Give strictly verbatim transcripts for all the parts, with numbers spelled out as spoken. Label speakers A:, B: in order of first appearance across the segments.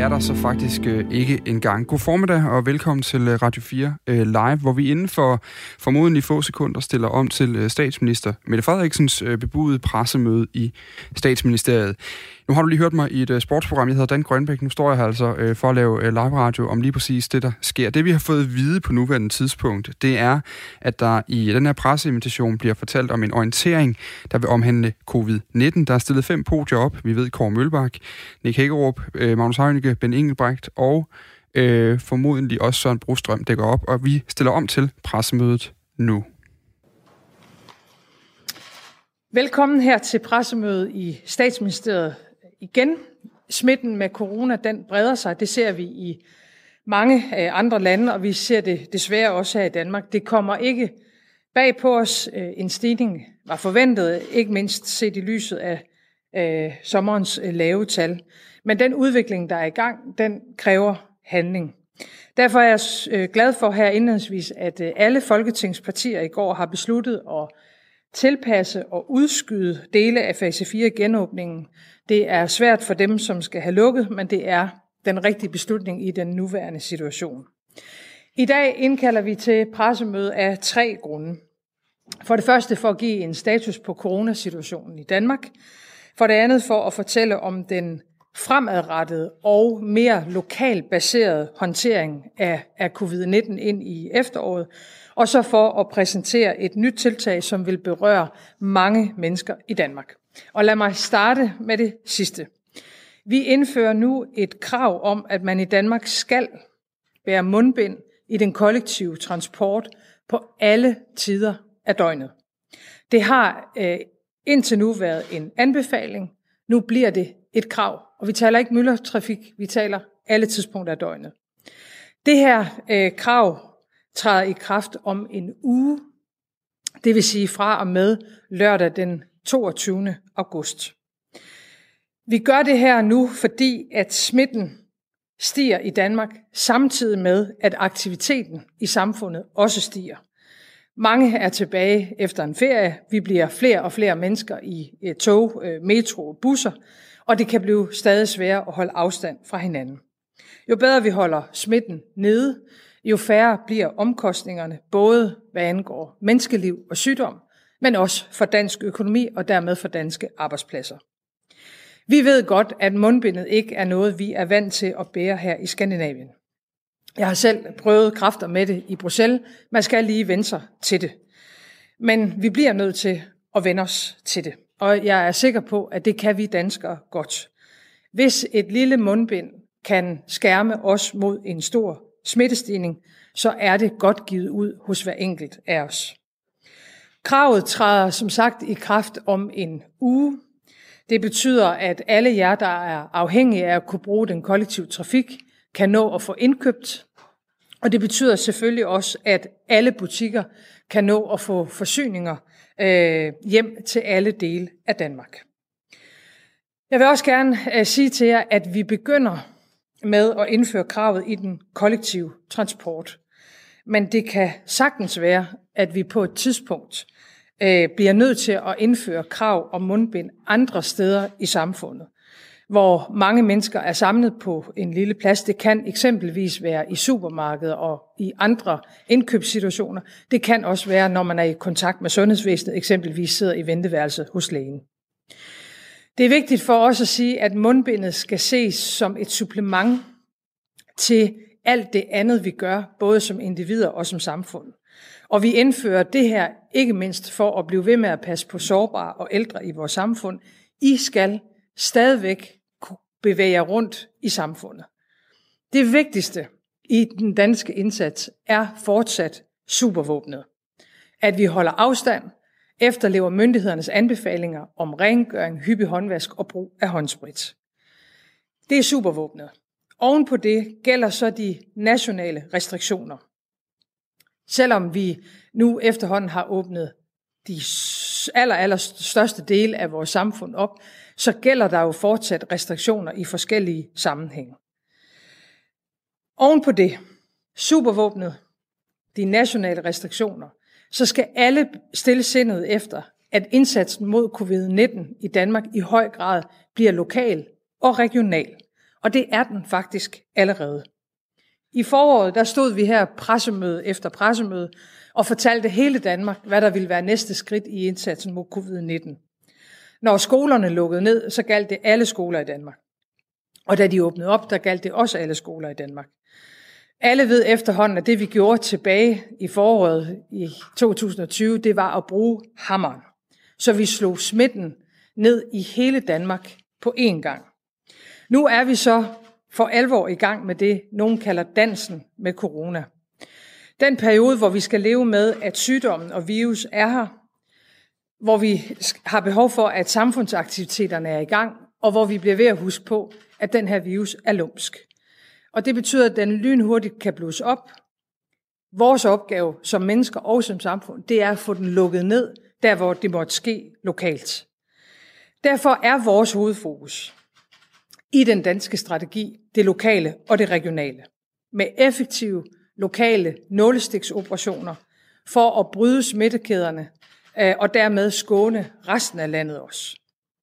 A: er der så faktisk øh, ikke engang. God formiddag og velkommen til øh, Radio fire øh, Live, hvor vi inden for formodentlig få sekunder stiller om til øh, statsminister Mette Frederiksens øh, bebudede pressemøde i Statsministeriet. Nu har du lige hørt mig i et øh, sportsprogram, jeg hedder Dan Grønbæk. Nu står jeg her altså øh, for at lave øh, live-radio om lige præcis det, der sker. Det, vi har fået at vide på nuværende tidspunkt, det er, at der i den her presseinvitation bliver fortalt om en orientering, der vil omhandle covid nitten. Der er stillet fem podier op. Vi ved Kåre Mølbak, Nick Hækkerup, øh, Magnus Heunicke, Ben Engelbrecht og øh, formodentlig også Søren Brostrøm dækker op, og vi stiller om til pressemødet nu.
B: Velkommen her til pressemødet i Statsministeriet igen. Smitten med corona, den breder sig. Det ser vi i mange andre lande, og vi ser det desværre også her i Danmark. Det kommer ikke bag på os. En stigning var forventet, ikke mindst set i lyset af øh, sommerens lave tal. Men den udvikling, der er i gang, den kræver handling. Derfor er jeg glad for her indledningsvis, at alle Folketingspartier i går har besluttet at tilpasse og udskyde dele af fase fire genåbningen. Det er svært for dem, som skal have lukket, men det er den rigtige beslutning i den nuværende situation. I dag indkalder vi til pressemøde af tre grunde. For det første for at give en status på coronasituationen i Danmark. For det andet for at fortælle om den fremadrettede og mere lokalt baserede håndtering af, af covid nitten ind i efteråret. Og så for at præsentere et nyt tiltag, som vil berøre mange mennesker i Danmark. Og lad mig starte med det sidste. Vi indfører nu et krav om, at man i Danmark skal bære mundbind i den kollektive transport på alle tider af døgnet. Det har øh, indtil nu været en anbefaling. Nu bliver det et krav. Og vi taler ikke myldretrafik, vi taler alle tidspunkter af døgnet. Det her øh, krav træder i kraft om en uge, det vil sige fra og med lørdag den toogtyvende august. Vi gør det her nu, fordi at smitten stiger i Danmark, samtidig med, at aktiviteten i samfundet også stiger. Mange er tilbage efter en ferie. Vi bliver flere og flere mennesker i tog, metro og busser, og det kan blive stadig sværere at holde afstand fra hinanden. Jo bedre vi holder smitten nede, jo færre bliver omkostningerne, både hvad angår menneskeliv og sygdom, men også for dansk økonomi og dermed for danske arbejdspladser. Vi ved godt, at mundbindet ikke er noget, vi er vant til at bære her i Skandinavien. Jeg har selv prøvet kræfter med det i Bruxelles. Man skal lige vende sig til det. Men vi bliver nødt til at vende os til det. Og jeg er sikker på, at det kan vi danskere godt. Hvis et lille mundbind kan skærme os mod en stor smittestigning, så er det godt givet ud hos hver enkelt af os. Kravet træder som sagt i kraft om en uge. Det betyder, at alle jer, der er afhængige af at kunne bruge den kollektive trafik, kan nå at få indkøbt. Og det betyder selvfølgelig også, at alle butikker kan nå at få forsyninger øh, hjem til alle dele af Danmark. Jeg vil også gerne øh, sige til jer, at vi begynder med at indføre kravet i den kollektive transport. Men det kan sagtens være, at vi på et tidspunkt øh, bliver nødt til at indføre krav om mundbind andre steder i samfundet, hvor mange mennesker er samlet på en lille plads. Det kan eksempelvis være i supermarkeder og i andre indkøbssituationer. Det kan også være, når man er i kontakt med sundhedsvæsenet, eksempelvis sidder i venteværelset hos lægen. Det er vigtigt for os at sige, at mundbindet skal ses som et supplement til alt det andet, vi gør, både som individer og som samfund. Og vi indfører det her ikke mindst for at blive ved med at passe på sårbare og ældre i vores samfund. I skal stadigvæk kunne bevæge jer rundt i samfundet. Det vigtigste i den danske indsats er fortsat supervåbnet. At vi holder afstand, efterlever myndighedernes anbefalinger om rengøring, hyppig håndvask og brug af håndsprit. Det er supervåbnet. Oven på det gælder så de nationale restriktioner. Selvom vi nu efterhånden har åbnet de aller, aller største dele af vores samfund op, så gælder der jo fortsat restriktioner i forskellige sammenhænge. Oven på det, supervåbnet, de nationale restriktioner, så skal alle stille sindet efter, at indsatsen mod covid nitten i Danmark i høj grad bliver lokal og regional. Og det er den faktisk allerede. I foråret der stod vi her pressemøde efter pressemøde og fortalte hele Danmark, hvad der ville være næste skridt i indsatsen mod covid nitten. Når skolerne lukkede ned, så galt det alle skoler i Danmark. Og da de åbnede op, der galt det også alle skoler i Danmark. Alle ved efterhånden, at det vi gjorde tilbage i foråret i to tusind og tyve, det var at bruge hammeren. Så vi slog smitten ned i hele Danmark på én gang. Nu er vi så for alvor i gang med det, nogen kalder dansen med corona. Den periode, hvor vi skal leve med, at sygdommen og virus er her, hvor vi har behov for, at samfundsaktiviteterne er i gang, og hvor vi bliver ved at huske på, at den her virus er lumsk. Og det betyder, at den lynhurtigt kan blusse op. Vores opgave som mennesker og som samfund, det er at få den lukket ned, der hvor det måtte ske lokalt. Derfor er vores hovedfokus i den danske strategi det lokale og det regionale. Med effektive lokale nålestiksoperationer for at bryde smittekæderne og dermed skåne resten af landet også.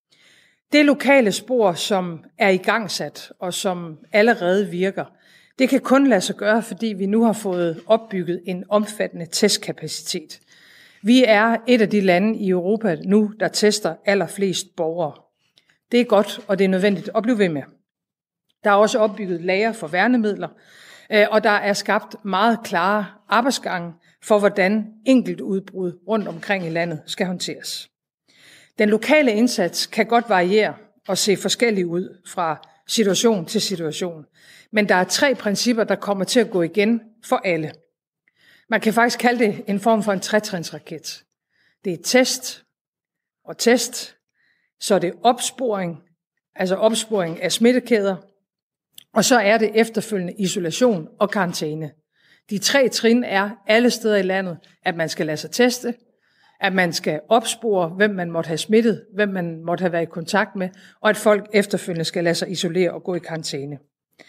B: Det lokale spor, som er igangsat og som allerede virker, det kan kun lade sig gøre, fordi vi nu har fået opbygget en omfattende testkapacitet. Vi er et af de lande i Europa nu, der tester allerflest borgere. Det er godt, og det er nødvendigt at blive ved med. Der er også opbygget lager for værnemidler, og der er skabt meget klare arbejdsgange for, hvordan enkelt udbrud rundt omkring i landet skal håndteres. Den lokale indsats kan godt variere og se forskellig ud fra situation til situation. Men der er tre principper, der kommer til at gå igen for alle. Man kan faktisk kalde det en form for en tretrinsraket. Det er test og test, så er det opsporing, altså opsporing af smittekæder, og så er det efterfølgende isolation og karantæne. De tre trin er alle steder i landet, at man skal lade sig teste, at man skal opspore, hvem man måtte have smittet, hvem man måtte have været i kontakt med, og at folk efterfølgende skal lade sig isolere og gå i karantæne.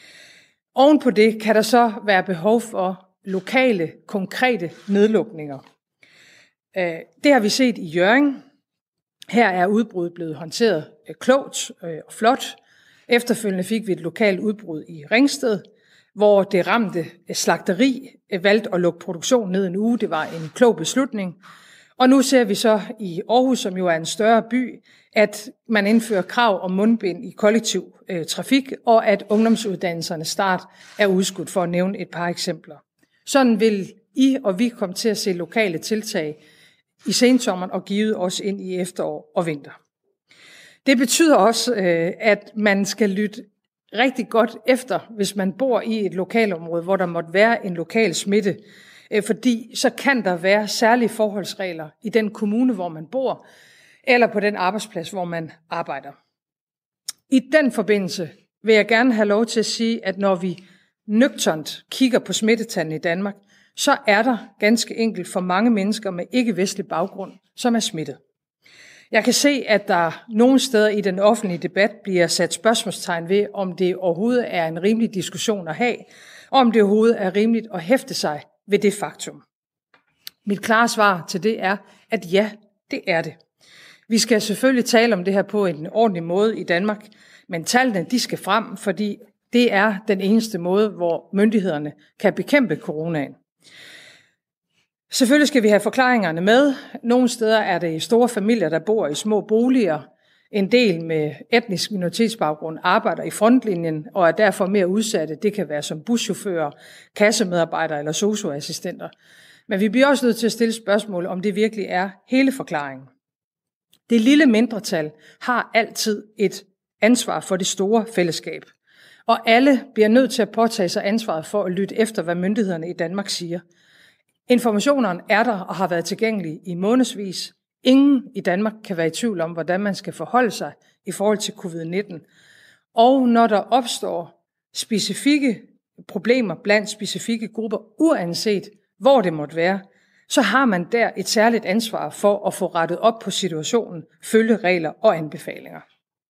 B: Oven på det kan der så være behov for lokale, konkrete nedlukninger. Det har vi set i Hjørring. Her er udbruddet blevet håndteret klogt og flot. Efterfølgende fik vi et lokalt udbrud i Ringsted, hvor det ramte slagteri valgte at lukke produktionen ned en uge. Det var en klog beslutning. Og nu ser vi så i Aarhus, som jo er en større by, at man indfører krav om mundbind i kollektiv øh, trafik, og at ungdomsuddannelsernes start er udskudt, for at nævne et par eksempler. Sådan vil I og vi komme til at se lokale tiltag i sensommeren og givet også ind i efterår og vinter. Det betyder også, øh, at man skal lytte rigtig godt efter, hvis man bor i et lokalområde, hvor der måtte være en lokal smitte, fordi så kan der være særlige forholdsregler i den kommune, hvor man bor, eller på den arbejdsplads, hvor man arbejder. I den forbindelse vil jeg gerne have lov til at sige, at når vi nøgternt kigger på smittetallene i Danmark, så er der ganske enkelt for mange mennesker med ikke-vestlig baggrund, som er smittet. Jeg kan se, at der nogle steder i den offentlige debat bliver sat spørgsmålstegn ved, om det overhovedet er en rimelig diskussion at have, og om det overhovedet er rimeligt at hæfte sig ved det faktum. Mit klare svar til det er, at ja, det er det. Vi skal selvfølgelig tale om det her på en ordentlig måde i Danmark, men tallene de skal frem, fordi det er den eneste måde, hvor myndighederne kan bekæmpe coronaen. Selvfølgelig skal vi have forklaringerne med. Nogle steder er det store familier, der bor i små boliger. En del med etnisk minoritetsbaggrund arbejder i frontlinjen og er derfor mere udsatte. Det kan være som buschauffører, kassemedarbejdere eller sosu-assistenter. Men vi bliver også nødt til at stille spørgsmål, om det virkelig er hele forklaringen. Det lille mindretal har altid et ansvar for det store fællesskab. Og alle bliver nødt til at påtage sig ansvaret for at lytte efter, hvad myndighederne i Danmark siger. Informationerne er der og har været tilgængelige i månedsvis. Ingen i Danmark kan være i tvivl om, hvordan man skal forholde sig i forhold til covid nitten. Og når der opstår specifikke problemer blandt specifikke grupper, uanset hvor det måtte være, så har man der et særligt ansvar for at få rettet op på situationen, følge regler og anbefalinger.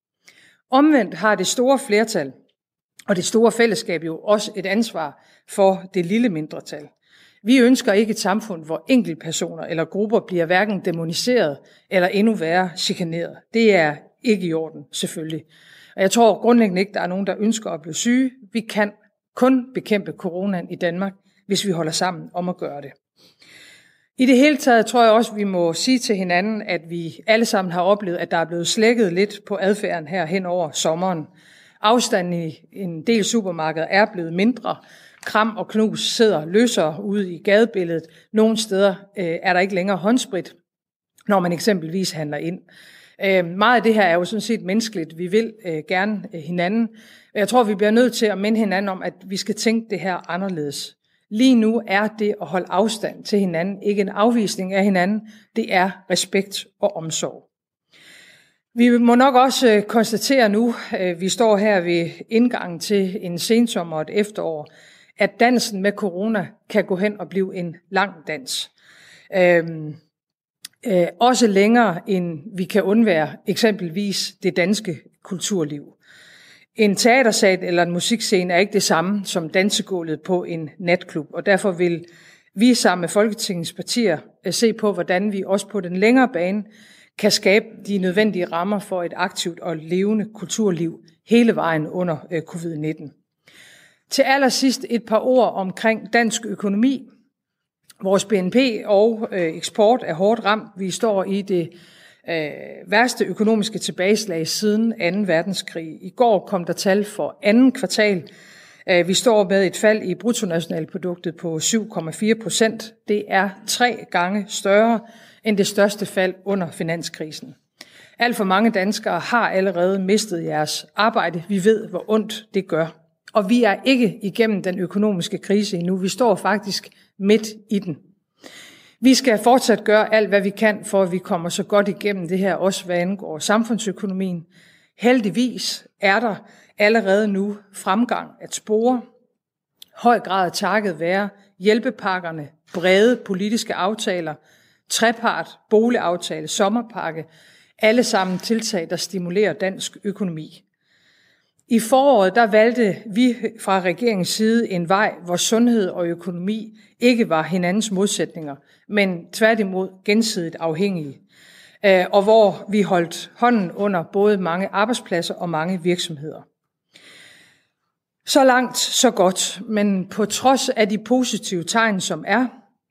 B: Omvendt har det store flertal og det store fællesskab jo også et ansvar for det lille mindretal. Vi ønsker ikke et samfund, hvor enkeltpersoner eller grupper bliver hverken dæmoniseret eller endnu værre chikaneret. Det er ikke i orden, selvfølgelig. Og jeg tror grundlæggende ikke, der er nogen, der ønsker at blive syge. Vi kan kun bekæmpe coronaen i Danmark, hvis vi holder sammen om at gøre det. I det hele taget tror jeg også, vi må sige til hinanden, at vi alle sammen har oplevet, at der er blevet slækket lidt på adfærden her hen over sommeren. Afstanden i en del supermarkeder er blevet mindre. Kram og knus sidder løsere ude i gadebilledet. Nogle steder øh, er der ikke længere håndsprit, når man eksempelvis handler ind. Øh, meget af det her er jo sådan set menneskeligt. Vi vil øh, gerne øh, hinanden. Jeg tror, vi bliver nødt til at minde hinanden om, at vi skal tænke det her anderledes. Lige nu er det at holde afstand til hinanden ikke en afvisning af hinanden. Det er respekt og omsorg. Vi må nok også konstatere nu, at vi står her ved indgangen til en sensommer og et efterår, at dansen med corona kan gå hen og blive en lang dans. Øhm, øh, også længere end vi kan undvære eksempelvis det danske kulturliv. En teatersal eller en musikscene er ikke det samme som dansegulvet på en natklub, og derfor vil vi sammen med Folketingets partier se på, hvordan vi også på den længere bane kan skabe de nødvendige rammer for et aktivt og levende kulturliv hele vejen under covid nitten. Til allersidst et par ord omkring dansk økonomi. Vores B N P og eksport er hårdt ramt. Vi står i det øh, værste økonomiske tilbageslag siden anden verdenskrig. I går kom der tal for anden kvartal. Vi står med et fald i bruttonationalproduktet på syv komma fire procent. Det er tre gange større end det største fald under finanskrisen. Alt for mange danskere har allerede mistet jeres arbejde. Vi ved, hvor ondt det gør. Og vi er ikke igennem den økonomiske krise endnu. Vi står faktisk midt i den. Vi skal fortsat gøre alt, hvad vi kan, for at vi kommer så godt igennem det her, også hvad angår samfundsøkonomien. Heldigvis er der allerede nu fremgang at spore. Høj grad takket være hjælpepakkerne, brede politiske aftaler, trepart, boligaftale, sommerpakke, alle sammen tiltag, der stimulerer dansk økonomi. I foråret der valgte vi fra regeringens side en vej, hvor sundhed og økonomi ikke var hinandens modsætninger, men tværtimod gensidigt afhængige, og hvor vi holdt hånden under både mange arbejdspladser og mange virksomheder. Så langt, så godt, men på trods af de positive tegn, som er,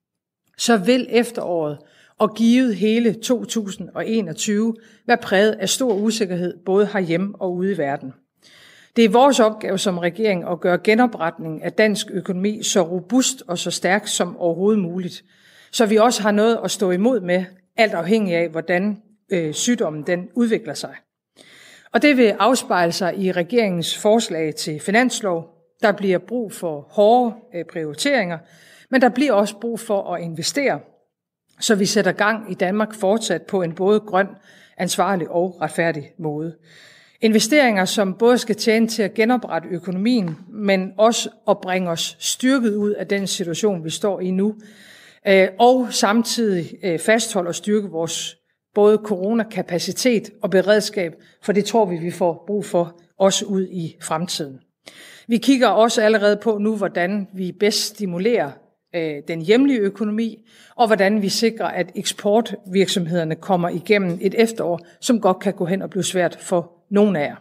B: så vil efteråret og givet hele to tusind og enogtyve være præget af stor usikkerhed, både herhjemme og ude i verden. Det er vores opgave som regering at gøre genopretningen af dansk økonomi så robust og så stærk som overhovedet muligt, så vi også har noget at stå imod med, alt afhængig af, hvordan øh, sygdommen den udvikler sig. Og det vil afspejle sig i regeringens forslag til finanslov. Der bliver brug for hårde øh, prioriteringer, men der bliver også brug for at investere, så vi sætter gang i Danmark fortsat på en både grøn, ansvarlig og retfærdig måde. Investeringer, som både skal tjene til at genoprette økonomien, men også at bringe os styrket ud af den situation, vi står i nu, og samtidig fastholde og styrke vores både coronakapacitet og beredskab, for det tror vi, vi får brug for også ud i fremtiden. Vi kigger også allerede på nu, hvordan vi bedst stimulerer den hjemlige økonomi, og hvordan vi sikrer, at eksportvirksomhederne kommer igennem et efterår, som godt kan gå hen og blive svært for nogle af jer.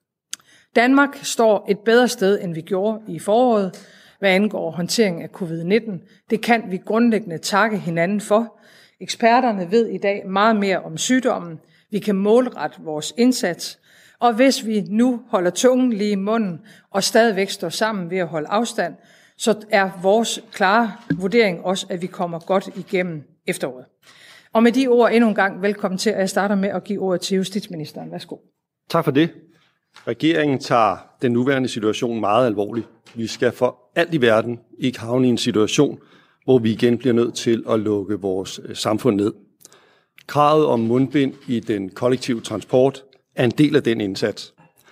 B: Danmark står et bedre sted, end vi gjorde i foråret, hvad angår håndtering af covid nitten. Det kan vi grundlæggende takke hinanden for. Eksperterne ved i dag meget mere om sygdommen. Vi kan målrette vores indsats, og hvis vi nu holder tungen lige i munden og stadigvæk står sammen ved at holde afstand, så er vores klare vurdering også, at vi kommer godt igennem efteråret. Og med de ord endnu en gang velkommen til, at jeg starter med at give ordet til justitsministeren. Værsgo.
C: Tak for det. Regeringen tager den nuværende situation meget alvorligt. Vi skal for alt i verden ikke havne i en situation, hvor vi igen bliver nødt til at lukke vores samfund ned. Kravet om mundbind i den kollektive transport er en del af den indsats.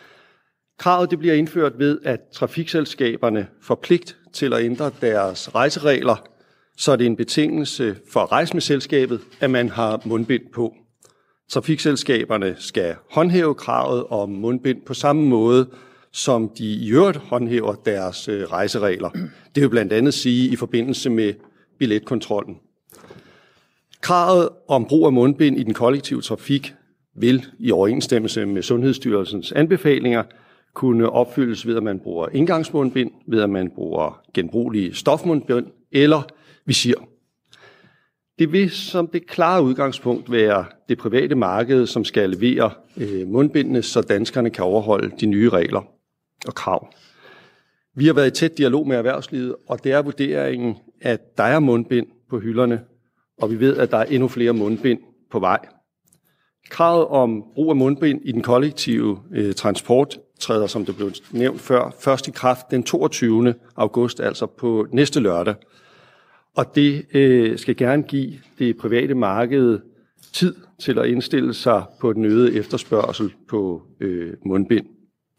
C: Kravet det bliver indført ved, at trafikselskaberne får pligt til at ændre deres rejseregler, så det er en betingelse for at rejse med selskabet, at man har mundbind på. Trafikselskaberne skal håndhæve kravet om mundbind på samme måde, som de i øvrigt håndhæver deres rejseregler. Det vil blandt andet sige i forbindelse med billetkontrollen. Kravet om brug af mundbind i den kollektive trafik vil i overensstemmelse med Sundhedsstyrelsens anbefalinger kunne opfyldes ved, at man bruger indgangsmundbind, ved at man bruger genbrugelige stofmundbind eller visir. Det vil som det klare udgangspunkt være det private marked, som skal levere øh, mundbindene, så danskerne kan overholde de nye regler og krav. Vi har været i tæt dialog med erhvervslivet, og det er vurderingen, at der er mundbind på hylderne, og vi ved, at der er endnu flere mundbind på vej. Kravet om brug af mundbind i den kollektive øh, transport træder, som det blev nævnt før, først i kraft den toogtyvende august, altså på næste lørdag. Og det øh, skal gerne give det private marked tid til at indstille sig på den øgede efterspørgsel på øh, mundbind.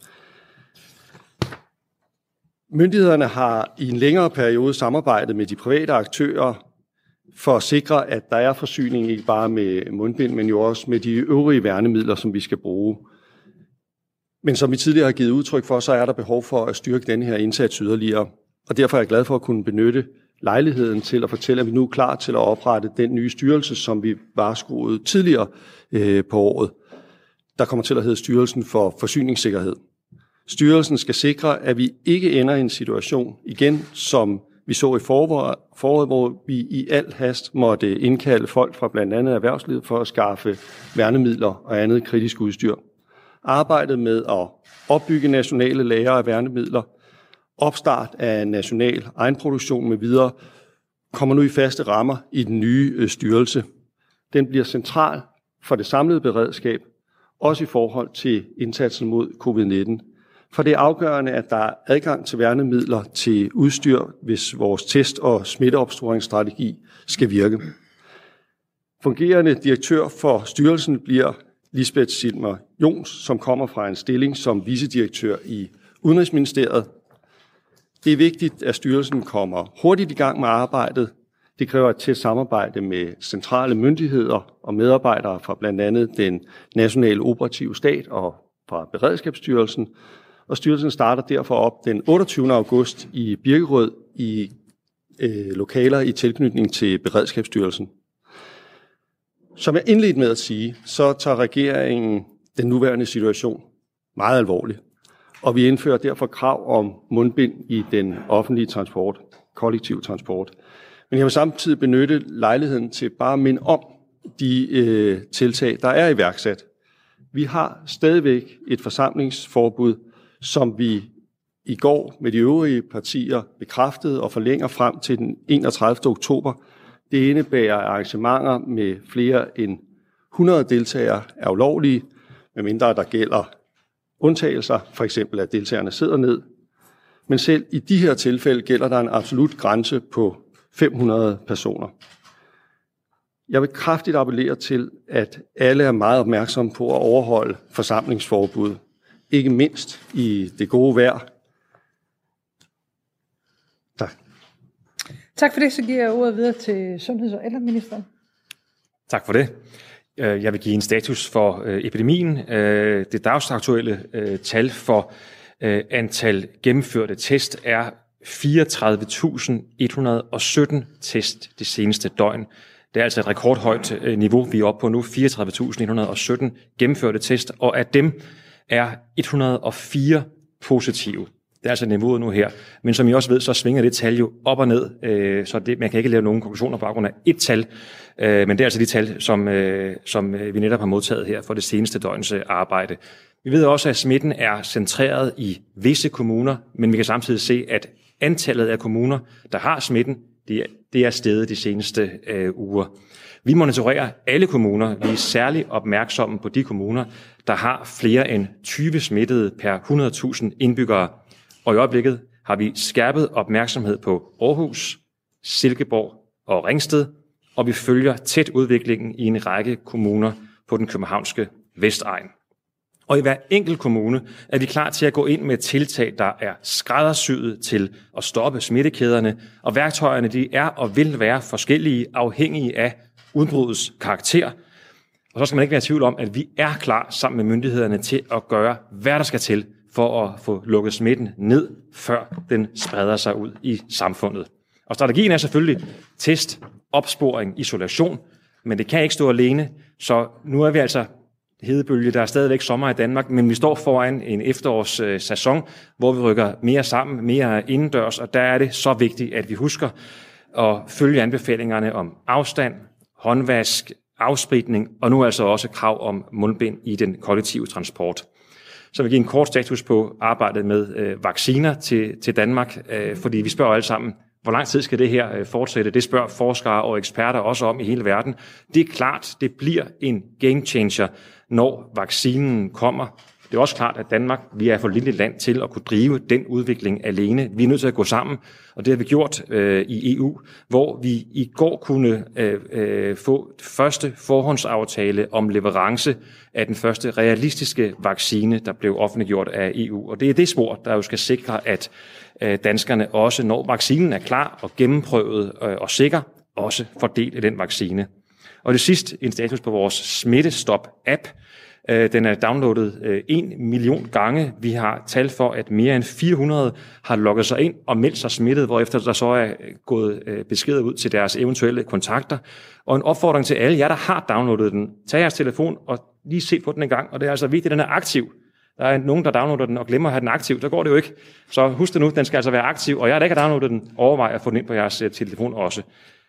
C: Myndighederne har i en længere periode samarbejdet med de private aktører for at sikre, at der er forsyning ikke bare med mundbind, men jo også med de øvrige værnemidler, som vi skal bruge. Men som vi tidligere har givet udtryk for, så er der behov for at styrke denne her indsats yderligere. Og derfor er jeg glad for at kunne benytte lejligheden til at fortælle, at vi nu er klar til at oprette den nye styrelse, som vi varskruede tidligere øh, på året. Der kommer til at hedde Styrelsen for Forsyningssikkerhed. Styrelsen skal sikre, at vi ikke ender i en situation igen, som vi så i foråret, hvor vi i al hast måtte indkalde folk fra blandt andet erhvervslivet for at skaffe værnemidler og andet kritisk udstyr. Arbejdet med at opbygge nationale lagre af værnemidler, opstart af national egenproduktion med videre, kommer nu i faste rammer i den nye styrelse. Den bliver central for det samlede beredskab, også i forhold til indsatsen mod covid nitten. For det er afgørende, at der er adgang til værnemidler til udstyr, hvis vores test- og smitteopsporingsstrategi skal virke. Fungerende direktør for styrelsen bliver Lisbeth Silmer Jons, som kommer fra en stilling som vicedirektør i Udenrigsministeriet. Det er vigtigt, at styrelsen kommer hurtigt i gang med arbejdet. Det kræver et tæt samarbejde med centrale myndigheder og medarbejdere fra blandt andet den nationale operative stat og fra Beredskabsstyrelsen. Og styrelsen starter derfor op den otteogtyvende august i Birkerød i øh, lokaler i tilknytning til Beredskabsstyrelsen. Som jeg indledte med at sige, så tager regeringen den nuværende situation meget alvorligt. Og vi indfører derfor krav om mundbind i den offentlige transport, kollektiv transport. Men jeg vil samtidig benytte lejligheden til bare at minde om de øh, tiltag, der er iværksat. Vi har stadigvæk et forsamlingsforbud, som vi i går med de øvrige partier bekræftede og forlænger frem til den enogtredivte oktober. Det indebærer arrangementer med flere end hundrede deltagere er ulovlige, medmindre der gælder undtagelser, for eksempel at deltagerne sidder ned. Men selv i de her tilfælde gælder der en absolut grænse på fem hundrede personer. Jeg vil kraftigt appellere til, at alle er meget opmærksomme på at overholde forsamlingsforbud, ikke mindst i det gode vejr. Tak.
B: Tak for det, så giver jeg ordet videre til sundheds- og ældreministeren.
D: Tak for det. Jeg vil give en status for epidemien. Det dagsaktuelle tal for antal gennemførte test er fireogtredive tusind et hundrede og sytten test det seneste døgn. Det er altså et rekordhøjt niveau, vi er oppe på nu, fireogtredive tusind et hundrede og sytten gennemførte test, og af dem er et hundrede og fire positive. Det er altså niveauet nu her. Men som I også ved, så svinger det tal jo op og ned, øh, så det, man kan ikke lave nogen konklusioner på baggrund af et tal. Øh, men det er altså de tal, som, øh, som vi netop har modtaget her for det seneste døgns arbejde. Vi ved også, at smitten er centreret i visse kommuner, men vi kan samtidig se, at antallet af kommuner, der har smitten, det er, det er steget de seneste øh, uger. Vi monitorerer alle kommuner. Vi er særligt opmærksomme på de kommuner, der har flere end tyve smittede per hundrede tusind indbyggere. Og i øjeblikket har vi skærpet opmærksomhed på Aarhus, Silkeborg og Ringsted, og vi følger tæt udviklingen i en række kommuner på den københavnske Vestegn. Og i hver enkelt kommune er vi klar til at gå ind med tiltag, der er skræddersyet til at stoppe smittekæderne, og værktøjerne de er og vil være forskellige afhængige af udbruddets karakter. Og så skal man ikke være i tvivl om, at vi er klar sammen med myndighederne til at gøre, hvad der skal til for at få lukket smitten ned, før den spreder sig ud i samfundet. Og strategien er selvfølgelig test, opsporing, isolation, men det kan ikke stå alene, så nu er vi altså hedebølge. Der er stadigvæk sommer i Danmark, men vi står foran en efterårssæson, hvor vi rykker mere sammen, mere indendørs, og der er det så vigtigt, at vi husker at følge anbefalingerne om afstand, håndvask, afspritning og nu altså også krav om mundbind i den kollektive transport. Så vil give en kort status på arbejdet med øh, vacciner til, til Danmark, øh, fordi vi spørger alle sammen, hvor lang tid skal det her øh, fortsætte? Det spørger forskere og eksperter også om i hele verden. Det er klart, det bliver en game changer, når vaccinen kommer. Det er også klart, at Danmark, vi er for lille land til at kunne drive den udvikling alene. Vi er nødt til at gå sammen, og det har vi gjort øh, i E U, hvor vi i går kunne øh, øh, få første forhåndsaftale om leverance af den første realistiske vaccine, der blev offentliggjort af E U. Og det er det spor, der jo skal sikre, at øh, danskerne også, når vaccinen er klar og gennemprøvet øh, og sikker, også får del i den vaccine. Og det sidste, en status på vores Smittestop-app. Den er downloadet en million gange. Vi har tal for, at mere end fire hundrede har logget sig ind og meldt sig smittet, hvorefter der så er gået beskeder ud til deres eventuelle kontakter. Og en opfordring til alle jer, der har downloadet den. Tag jeres telefon og lige se på den en gang. Og det er altså vigtigt, at den er aktiv. Der er nogen, der downloader den og glemmer at have den aktiv. Der går det jo ikke. Så husk det nu, den skal altså være aktiv. Og jeg, der ikke har downloadet den, overvej at få den ind på jeres telefon også.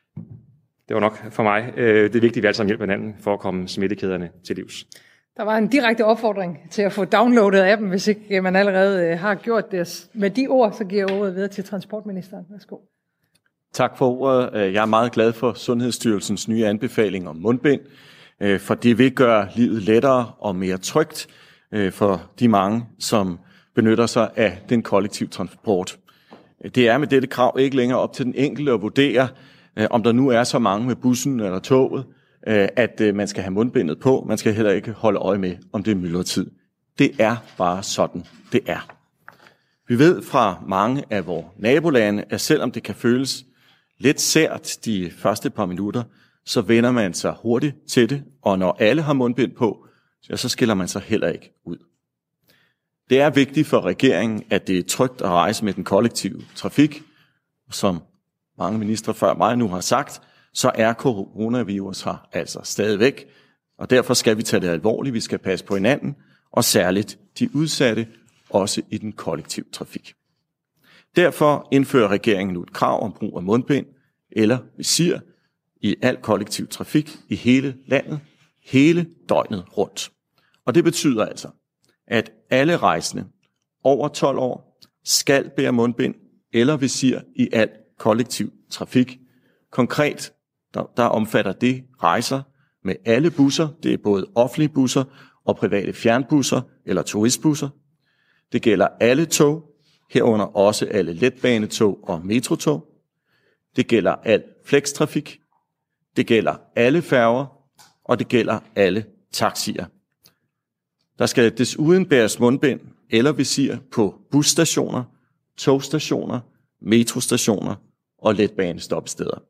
D: Det var nok for mig. Det er vigtigt, at vi alle sammen hjælper hinanden for at komme smittekæderne til livs.
B: Der var en direkte opfordring til at få downloadet appen, hvis ikke man allerede har gjort det. Med de ord, så giver jeg ordet videre til transportministeren. Værsgo.
E: Tak for ordet. Jeg er meget glad for Sundhedsstyrelsens nye anbefaling om mundbind, for det vil gøre livet lettere og mere trygt for de mange, som benytter sig af den kollektive transport. Det er med dette krav ikke længere op til den enkelte at vurdere, om der nu er så mange med bussen eller toget, at man skal have mundbindet på. Man skal heller ikke holde øje med, om det er myldretid. Det er bare sådan, det er. Vi ved fra mange af vores nabolande, at selvom det kan føles lidt sært de første par minutter, så vender man sig hurtigt til det, og når alle har mundbind på, så skiller man sig heller ikke ud. Det er vigtigt for regeringen, at det er trygt at rejse med den kollektive trafik, som mange ministre før mig nu har sagt, så er coronavirus her altså stadigvæk, og derfor skal vi tage det alvorligt, vi skal passe på hinanden, og særligt de udsatte, også i den kollektive trafik. Derfor indfører regeringen nu et krav om brug af mundbind eller visir i al kollektiv trafik i hele landet, hele døgnet rundt. Og det betyder altså, at alle rejsende over tolv år skal bære mundbind eller visir i al kollektiv trafik. Konkret Der, der omfatter det rejser med alle busser, det er både offentlige busser og private fjernbusser eller turistbusser. Det gælder alle tog, herunder også alle letbanetog og metrotog. Det gælder al flextrafik. Det gælder alle færger, og det gælder alle taxier. Der skal desuden bæres mundbind eller visir på busstationer, togstationer, metrostationer og letbanestopsteder.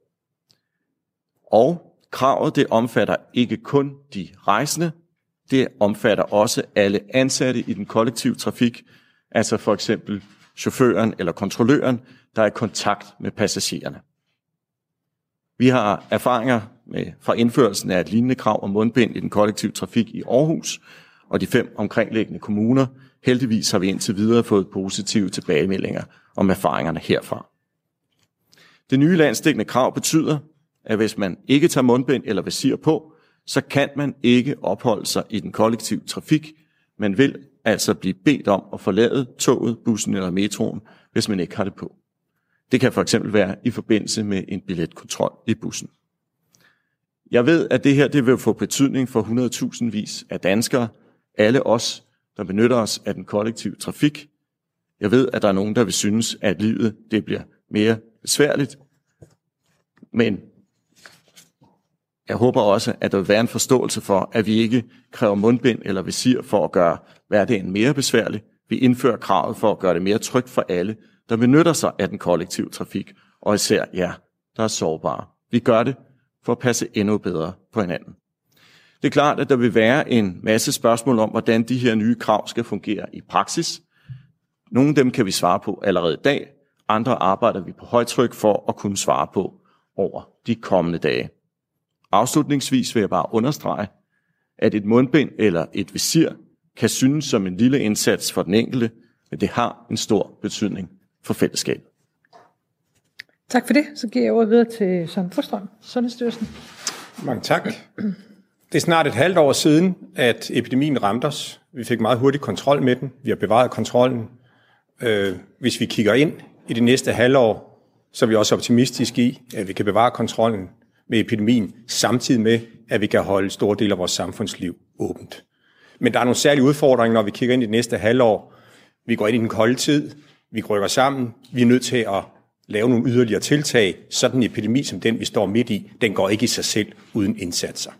E: Og kravet det omfatter ikke kun de rejsende, det omfatter også alle ansatte i den kollektive trafik, altså for eksempel chaufføren eller kontrolløren, der er i kontakt med passagererne. Vi har erfaringer med, fra indførelsen af et lignende krav om mundbind i den kollektive trafik i Aarhus og de fem omkringliggende kommuner. Heldigvis har vi indtil videre fået positive tilbagemeldinger om erfaringerne herfra. Det nye landsdækkende krav betyder, at hvis man ikke tager mundbind eller visir på, så kan man ikke opholde sig i den kollektive trafik. Man vil altså blive bedt om at forlade toget, bussen eller metroen, hvis man ikke har det på. Det kan for eksempel være i forbindelse med en billetkontrol i bussen. Jeg ved, at det her det vil få betydning for hundredtusindvis af danskere, alle os, der benytter os af den kollektive trafik. Jeg ved, at der er nogen, der vil synes, at livet det bliver mere besværligt, men jeg håber også, at der vil være en forståelse for, at vi ikke kræver mundbind eller visir for at gøre hverdagen mere besværlig. Vi indfører kravet for at gøre det mere trygt for alle, der benytter sig af den kollektive trafik, og især jer, der er sårbare. Vi gør det for at passe endnu bedre på hinanden. Det er klart, at der vil være en masse spørgsmål om, hvordan de her nye krav skal fungere i praksis. Nogle af dem kan vi svare på allerede i dag, andre arbejder vi på højtryk for at kunne svare på over de kommende dage. Afslutningsvis vil jeg bare understrege, at et mundbind eller et visir kan synes som en lille indsats for den enkelte, men det har en stor betydning for fællesskabet.
B: Tak for det. Så giver jeg ordet videre til Søren Brostrøm, Sundhedsstyrelsen.
F: Mange tak. Det er snart et halvt år siden, at epidemien ramte os. Vi fik meget hurtigt kontrol med den. Vi har bevaret kontrollen. Øh, hvis vi kigger ind i det næste halvår, så er vi også optimistiske i, at vi kan bevare kontrollen med epidemien, samtidig med, at vi kan holde store dele af vores samfundsliv åbent. Men der er nogle særlige udfordringer, når vi kigger ind i det næste halvår. Vi går ind i den kolde tid. Vi rykker sammen. Vi er nødt til at lave nogle yderligere tiltag. Sådan en epidemi som den, vi står midt i, den går ikke i sig selv uden indsatser.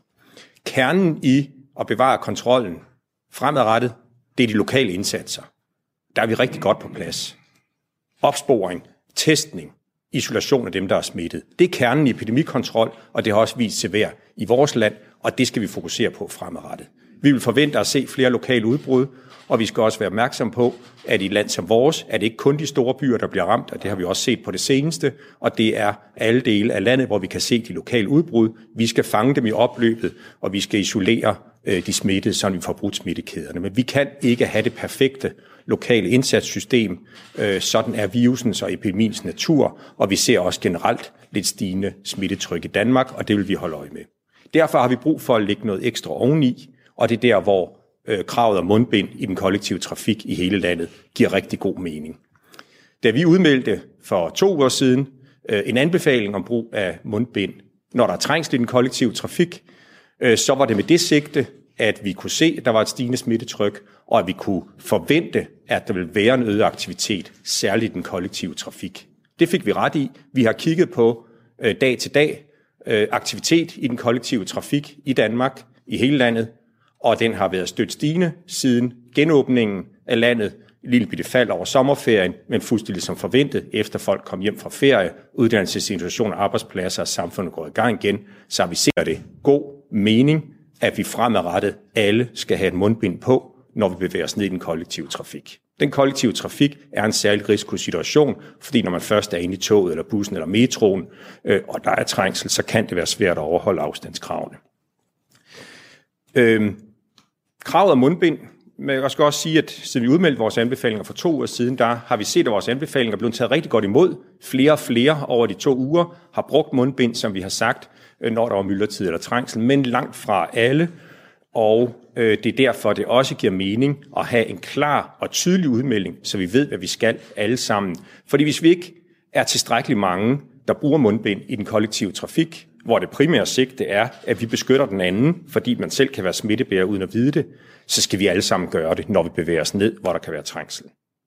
F: Kernen i at bevare kontrollen fremadrettet, det er de lokale indsatser. Der er vi rigtig godt på plads. Opsporing, testning, isolation af dem, der er smittet. Det er kernen i epidemikontrol, og det har også vist sig værd i vores land, og det skal vi fokusere på fremadrettet. Vi vil forvente at se flere lokale udbrud, og vi skal også være opmærksom på, at i et land som vores, er det ikke kun de store byer, der bliver ramt, og det har vi også set på det seneste, og det er alle dele af landet, hvor vi kan se de lokale udbrud. Vi skal fange dem i opløbet, og vi skal isolere øh, de smittede, så vi får brudt smittekæderne. Men vi kan ikke have det perfekte lokale indsatssystem. Øh, sådan er virusens og epidemiens natur, og vi ser også generelt lidt stigende smittetryk i Danmark, og det vil vi holde øje med. Derfor har vi brug for at lægge noget ekstra oveni, og det er der, hvor øh, kravet om mundbind i den kollektive trafik i hele landet giver rigtig god mening. Da vi udmeldte for to uger siden øh, en anbefaling om brug af mundbind, når der er trængsel i den kollektive trafik, øh, så var det med det sigte, at vi kunne se, at der var et stigende smittetryk, og at vi kunne forvente, at der ville være en øget aktivitet, særligt i den kollektive trafik. Det fik vi ret i. Vi har kigget på øh, dag til dag øh, aktivitet i den kollektive trafik i Danmark, i hele landet, og den har været stødt stigende siden genåbningen af landet. Et lille bitte fald over sommerferien, men fuldstændig som forventet, efter folk kom hjem fra ferie, uddannelsesinstitutioner, arbejdspladser og samfundet går i gang igen, så har vi set det god mening, at vi fremadrettet alle skal have et mundbind på, når vi bevæger os ned i den kollektive trafik. Den kollektive trafik er en særlig risikosituation, fordi når man først er inde i toget eller bussen eller metroen, øh, og der er trængsel, så kan det være svært at overholde afstandskravene. Øh, kravet om mundbind, men jeg skal også sige, at siden vi udmeldte vores anbefalinger for to uger siden, der har vi set, at vores anbefalinger er blevet taget rigtig godt imod. Flere og flere over de to uger har brugt mundbind, som vi har sagt, når der var myldretid eller trængsel, men langt fra alle. Og øh, det er derfor, det også giver mening at have en klar og tydelig udmelding, så vi ved, hvad vi skal alle sammen. Fordi hvis vi ikke er tilstrækkeligt mange, der bruger mundbind i den kollektive trafik, hvor det primære sigte er, at vi beskytter den anden, fordi man selv kan være smittebærer uden at vide det, så skal vi alle sammen gøre det, når vi bevæger os ned, hvor der kan være trængsel.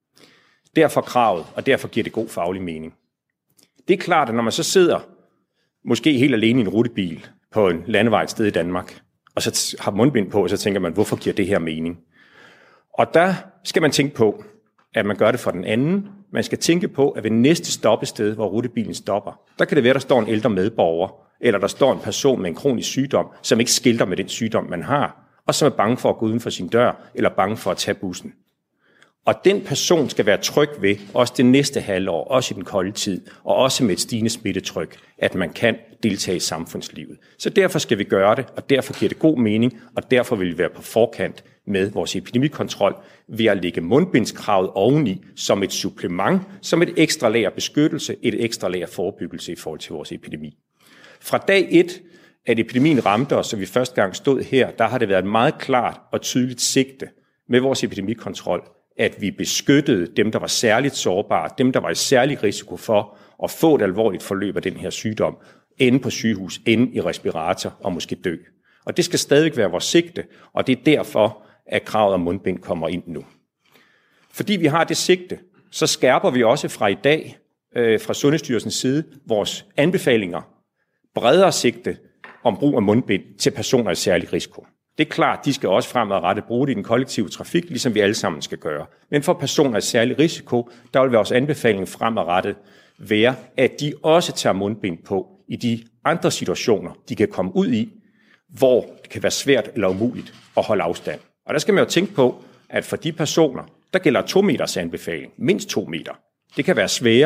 F: Derfor kravet, og derfor giver det god faglig mening. Det er klart, at når man så sidder måske helt alene i en rutebil på en landevej et sted i Danmark, og så har mundbind på, og så tænker man, hvorfor giver det her mening? Og der skal man tænke på, at man gør det for den anden. Man skal tænke på, at ved næste stoppested, hvor rutebilen stopper, der kan det være, der står en ældre medborger, eller der står en person med en kronisk sygdom, som ikke skilter med den sygdom, man har, og som er bange for at gå uden for sin dør, eller bange for at tage bussen. Og den person skal være tryg ved, også det næste halvår, også i den kolde tid, og også med et stigende smittetryk, at man kan deltage i samfundslivet. Så derfor skal vi gøre det, og derfor giver det god mening, og derfor vil vi være på forkant med vores epidemikontrol ved at lægge mundbindskravet oveni som et supplement, som et ekstra lag af beskyttelse, et ekstra lag af forebyggelse i forhold til vores epidemi. Fra dag et, at epidemien ramte os, og vi første gang stod her, der har det været meget klart og tydeligt sigte med vores epidemikontrol, at vi beskyttede dem, der var særligt sårbare, dem, der var i særlig risiko for at få et alvorligt forløb af den her sygdom, ende på sygehus, ende i respirator og måske dø. Og det skal stadig være vores sigte, og det er derfor, at kravet om mundbind kommer ind nu. Fordi vi har det sigte, så skærper vi også fra i dag, øh, fra Sundhedsstyrelsens side, vores anbefalinger, bredere sigte om brug af mundbind til personer i særlig risiko. Det er klart, de skal også fremadrettet bruge det i den kollektive trafik, ligesom vi alle sammen skal gøre. Men for personer i særlig risiko, der vil vores anbefaling fremadrettet være, at de også tager mundbind på i de andre situationer, de kan komme ud i, hvor det kan være svært eller umuligt at holde afstand. Og der skal man jo tænke på, at for de personer, der gælder to meters anbefaling, mindst to meter. Det kan være sværere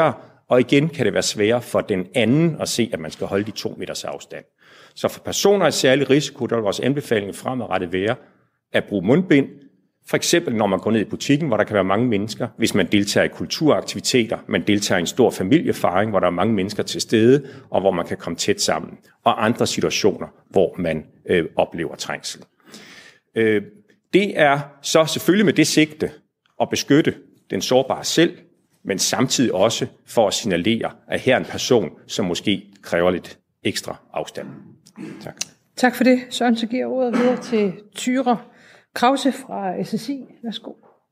F: Og igen kan det være sværere for den anden at se, at man skal holde de to meters afstand. Så for personer i særlig risiko, der vil vores anbefaling fremadrettet være at bruge mundbind, for eksempel når man går ned i butikken, hvor der kan være mange mennesker, hvis man deltager i kulturaktiviteter, man deltager i en stor familiefaring, hvor der er mange mennesker til stede, og hvor man kan komme tæt sammen, og andre situationer, hvor man øh, oplever trængsel. Øh, det er så selvfølgelig med det sigte at beskytte den sårbare selv, men samtidig også for at signalere, at her er en person, som måske kræver lidt ekstra afstand. Tak.
B: Tak for det. Søren, så giver ordet videre til Thyra Krause fra S S I. Værsgo.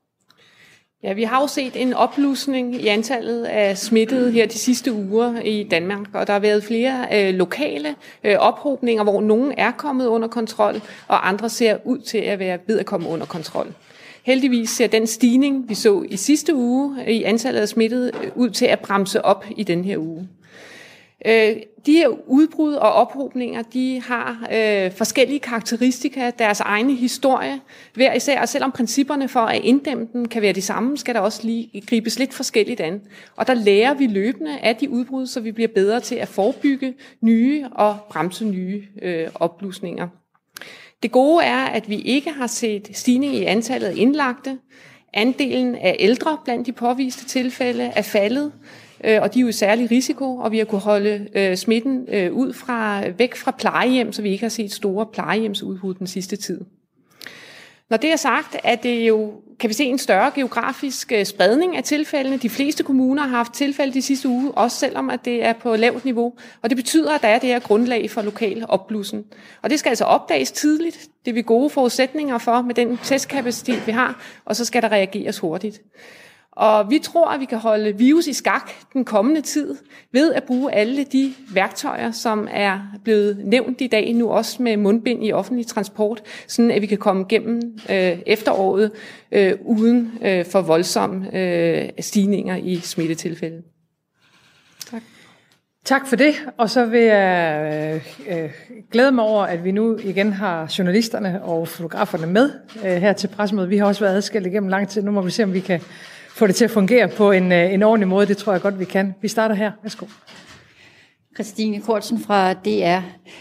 G: Ja, vi har jo set en opblusning i antallet af smittede her de sidste uger i Danmark, og der har været flere øh, lokale øh, ophobninger, hvor nogle er kommet under kontrol, og andre ser ud til at være ved at komme under kontrol. Heldigvis ser den stigning, vi så i sidste uge i antallet af smittede, ud til at bremse op i den her uge. Øh, de her udbrud og ophobninger, de har øh, forskellige karakteristika, deres egne historie, hver især, og selvom principperne for at inddæmme den kan være de samme, skal der også lige gribes lidt forskelligt an. Og der lærer vi løbende af de udbrud, så vi bliver bedre til at forebygge nye og bremse nye øh, opblusninger. Det gode er, at vi ikke har set stigning i antallet af indlagte. Andelen af ældre blandt de påviste tilfælde er faldet, og de er jo i særlig risiko, og vi har kunnet holde øh, smitten øh, ud fra, væk fra plejehjem, så vi ikke har set store plejehjemsudbrud den sidste tid. Når det er sagt, er det jo, kan vi se en større geografisk øh, spredning af tilfældene. De fleste kommuner har haft tilfælde de sidste uge, også selvom at det er på lavt niveau. Og det betyder, at der er det her grundlag for lokal opblussen. Og det skal altså opdages tidligt. Det er vi gode forudsætninger for med den testkapacitet, vi har, og så skal der reageres hurtigt. Og vi tror, at vi kan holde virus i skak den kommende tid ved at bruge alle de værktøjer, som er blevet nævnt i dag, nu også med mundbind i offentlig transport, sådan at vi kan komme gennem øh, efteråret øh, uden øh, for voldsomme øh, stigninger i smittetilfælde. Tak.
B: Tak for det, og så vil jeg øh, glæde mig over, at vi nu igen har journalisterne og fotograferne med øh, her til pressemødet. Vi har også været adskilt igennem lang tid. Nu må vi se, om vi kan få det til at fungere på en, en ordentlig måde. Det tror jeg godt, vi kan. Vi starter her. Værsgo.
H: Christine Kortsen fra D R.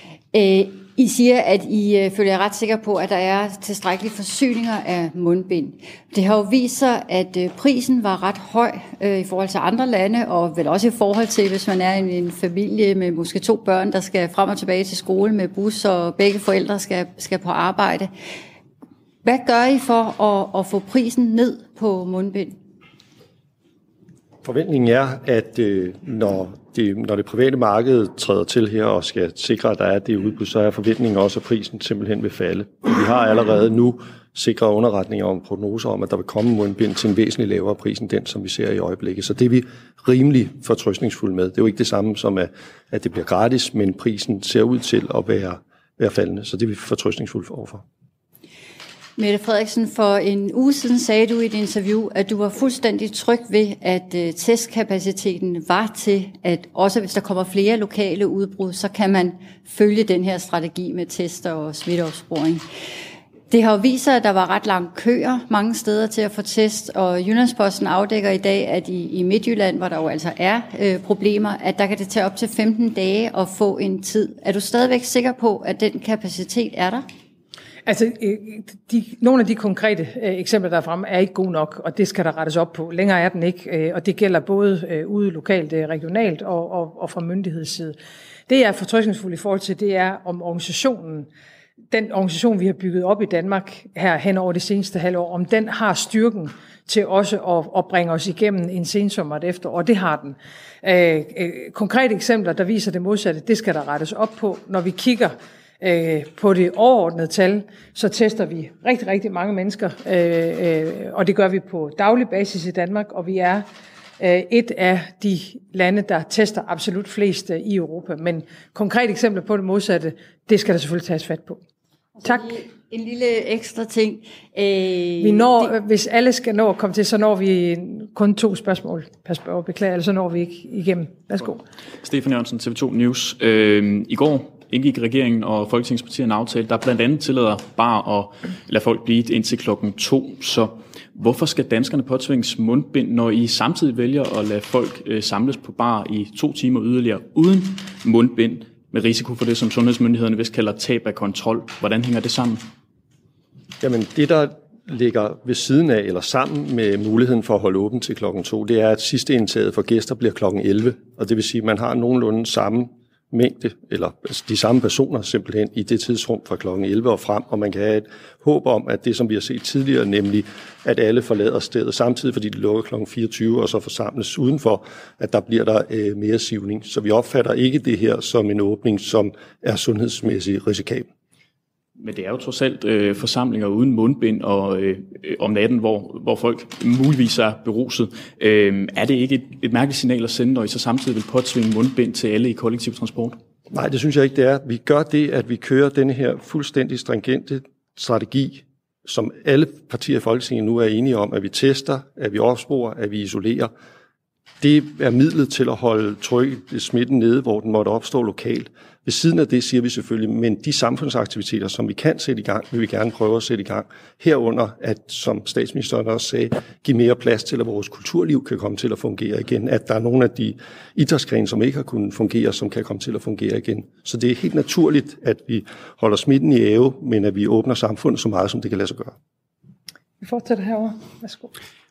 H: I siger, at I føler jer ret sikker på, at der er tilstrækkelige forsyninger af mundbind. Det har jo vist sig, at prisen var ret høj i forhold til andre lande, og vel også i forhold til, hvis man er en familie med måske to børn, der skal frem og tilbage til skole med bus, og begge forældre skal, skal på arbejde. Hvad gør I for at, at få prisen ned på mundbind?
C: Forventningen er, at øh, når, det, når det private marked træder til her og skal sikre, at der er det udbud, så er forventningen også, at prisen simpelthen vil falde. Vi har allerede nu sikret underretninger om prognoser om, at der vil komme mundbind til en væsentlig lavere pris end den, som vi ser i øjeblikket. Så det er vi rimelig fortrøstningsfulde med. Det er jo ikke det samme som, at, at det bliver gratis, men prisen ser ud til at være, være faldende. Så det er vi fortrøstningsfulde overfor.
H: Mette Frederiksen, for en uge siden sagde du i et interview, at du var fuldstændig tryg ved, at uh, testkapaciteten var til, at også hvis der kommer flere lokale udbrud, så kan man følge den her strategi med tester og smitteopsporing. Det har jo vist sig, at der var ret lange køer mange steder til at få test, og Jyllandsposten afdækker i dag, at i, i Midtjylland, hvor der jo altså er øh, problemer, at der kan det tage op til femten dage at få en tid. Er du stadigvæk sikker på, at den kapacitet er der?
B: Altså, de, nogle af de konkrete øh, eksempler, der er fremme, er ikke gode nok, og det skal der rettes op på. Længere er den ikke, øh, og det gælder både øh, ude lokalt, øh, regionalt og, og, og fra myndighedsside. Det, jeg er fortrøstningsfuld i forhold til, det er om organisationen, den organisation, vi har bygget op i Danmark her hen over det seneste halvår, om den har styrken til også at, at bringe os igennem en sensommer et efterår, og det har den. Øh, øh, konkrete eksempler, der viser det modsatte, det skal der rettes op på, når vi kigger på det overordnede tal, så tester vi rigtig, rigtig mange mennesker, øh, øh, og det gør vi på daglig basis i Danmark, og vi er øh, et af de lande, der tester absolut flest øh, i Europa. Men konkrete eksempler på det modsatte, det skal der selvfølgelig tages fat på. Tak.
H: En lille ekstra ting.
B: Øh, vi når, det... Hvis alle skal nå at komme til, så når vi kun to spørgsmål per spørger. Beklager, eller så når vi ikke igennem. Værsgo.
I: Stefan Jørgensen, T V to News. Øh, I går indgik regeringen og folketingspartierne en aftale, der blandt andet tillader bare at lade folk blive indtil klokken to. Så hvorfor skal danskerne påtvinges mundbind, når I samtidig vælger at lade folk øh, samles på bar i to timer yderligere uden mundbind, med risiko for det, som sundhedsmyndighederne vist kalder tab af kontrol? Hvordan hænger det sammen?
C: Jamen det, der ligger ved siden af eller sammen med muligheden for at holde åbent til klokken to, det er, at sidste indtaget for gæster bliver klokken elleve, og det vil sige, at man har nogenlunde samme mængde, eller de samme personer simpelthen i det tidsrum fra klokken elleve og frem, og man kan have et håb om, at det, som vi har set tidligere, nemlig at alle forlader stedet samtidig, fordi de lukker klokken fireogtyve, og så forsamles udenfor, at der bliver der øh, mere sivning. Så vi opfatter ikke det her som en åbning, som er sundhedsmæssigt risikabel.
I: Men det er jo trods alt øh, forsamlinger uden mundbind og øh, om natten, hvor, hvor folk muligvis er beruset. Øh, er det ikke et, et mærkeligt signal at sende, når I så samtidig vil påtvinge mundbind til alle i kollektiv transport?
C: Nej, det synes jeg ikke, det er. Vi gør det, at vi kører denne her fuldstændig stringente strategi, som alle partier i Folketinget nu er enige om, at vi tester, at vi opsporer, at vi isolerer. Det er midlet til at holde trykket smitten nede, hvor den måtte opstå lokalt. Ved siden af det siger vi selvfølgelig, men de samfundsaktiviteter, som vi kan sætte i gang, vil vi gerne prøve at sætte i gang. Herunder, at som statsministeren også sagde, give mere plads til, at vores kulturliv kan komme til at fungere igen. At der er nogle af de idrætsgrene, som ikke har kunnet fungere, som kan komme til at fungere igen. Så det er helt naturligt, at vi holder smitten i ave, men at vi åbner samfundet så meget, som det kan lade sig gøre.
B: Vi fortsætter herovre. Værsgo.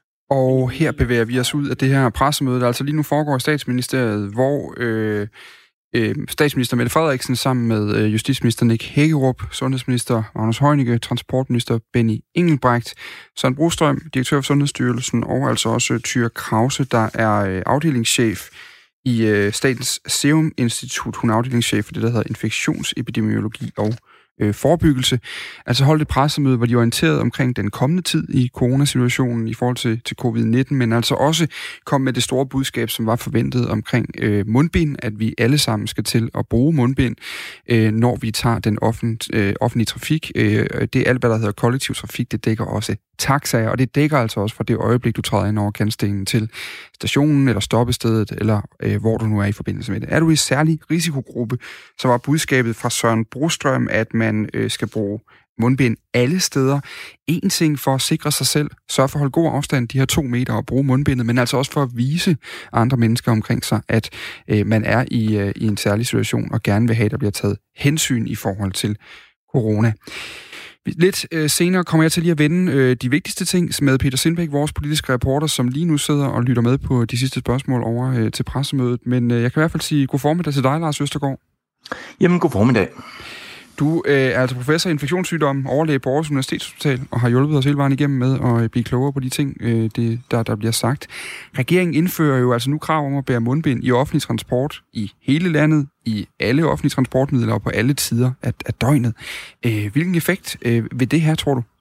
A: Og her bevæger vi os ud af det her pressemøde, der altså lige nu foregår i Statsministeriet, hvor øh, øh, statsminister Mette Frederiksen sammen med øh, justitsminister Nick Hækkerup, sundhedsminister Magnus Heunicke, transportminister Benny Engelbrecht, Søren Brostrøm, direktør for Sundhedsstyrelsen, og altså også Tyre Krause, der er øh, afdelingschef i øh, Statens Serum Institut. Hun er afdelingschef for det, der hedder infektionsepidemiologi og øh, forebyggelse. Altså holdt et pressemøde, hvor de orienterede omkring den kommende tid i coronasituationen i forhold til, til covid nitten, men altså også kom med det store budskab, som var forventet omkring øh, mundbind, at vi alle sammen skal til at bruge mundbind, øh, når vi tager den offent, øh, offentlige trafik. Øh, det er alt, hvad der hedder kollektiv trafik, det dækker også taxaer, og det dækker altså også fra det øjeblik, du træder ind over kantstenen til stationen eller stoppestedet, eller øh, hvor du nu er i forbindelse med det. Er du i særlig risikogruppe, så var budskabet fra Søren Brostrøm, at man øh, skal bruge mundbind alle steder. En ting for at sikre sig selv, sørge for at holde god afstand, de her to meter, og bruge mundbindet, men altså også for at vise andre mennesker omkring sig, at øh, man er i, øh, i en særlig situation, og gerne vil have, at der bliver taget hensyn i forhold til corona. Lidt øh, senere kommer jeg til lige at vende øh, de vigtigste ting med Peter Sindbæk, vores politiske reporter, som lige nu sidder og lytter med på de sidste spørgsmål over øh, til pressemødet. Men øh, jeg kan i hvert fald sige god formiddag til dig, Lars Østergaard.
J: Jamen, god formiddag.
A: Du øh, er altså professor i infektionssygdomme, overlæge på Aarhus Universitetshospital, og har hjulpet os hele vejen igennem med at blive klogere på de ting, øh, det, der, der bliver sagt. Regeringen indfører jo altså nu krav om at bære mundbind i offentlig transport i hele landet, i alle offentlige transportmidler og på alle tider af, af døgnet. Øh, hvilken effekt øh, vil det her, tror du?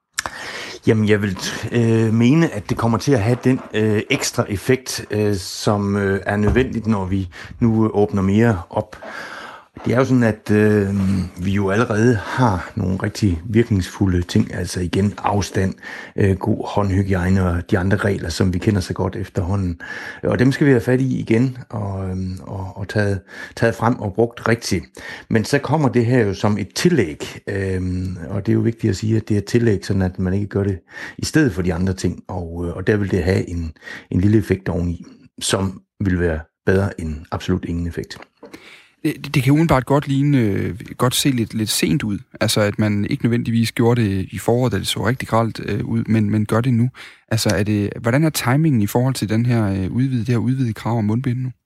J: Jamen, jeg vil øh, mene, at det kommer til at have den øh, ekstra effekt, øh, som øh, er nødvendigt, når vi nu åbner mere op. Det er jo sådan, at øh, vi jo allerede har nogle rigtig virkningsfulde ting, altså igen afstand, øh, god håndhygiejne og de andre regler, som vi kender så godt efterhånden. Og dem skal vi have fat i igen og, øh, og, og taget, taget frem og brugt rigtigt. Men så kommer det her jo som et tillæg, øh, og det er jo vigtigt at sige, at det er et tillæg, sådan at man ikke gør det i stedet for de andre ting, og, øh, og der vil det have en, en lille effekt oveni, som vil være bedre end absolut ingen effekt.
A: Det, det kan umiddelbart godt ligne, øh, godt se lidt, lidt sent ud. Altså, at man ikke nødvendigvis gjorde det i foråret, da det så rigtig grelt øh, ud, men, men gør det nu. Altså, er det, hvordan er timingen i forhold til den her øh, udvidede, det her udvidede krav om mundbind nu?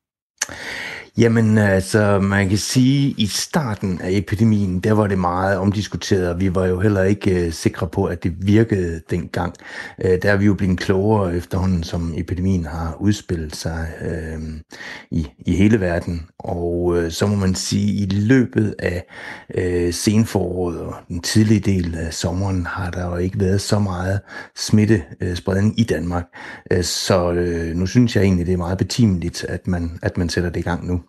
J: Jamen, altså, man kan sige, at i starten af epidemien, der var det meget omdiskuteret, og vi var jo heller ikke uh, sikre på, at det virkede dengang. Uh, der er vi jo blevet klogere efterhånden, som epidemien har udspillet sig uh, i, i hele verden. Og uh, så må man sige, at i løbet af uh, senforåret og den tidlige del af sommeren, har der jo ikke været så meget smittespredning i Danmark. Uh, så uh, nu synes jeg egentlig, det er meget betimeligt, at man, at man sætter det i gang nu.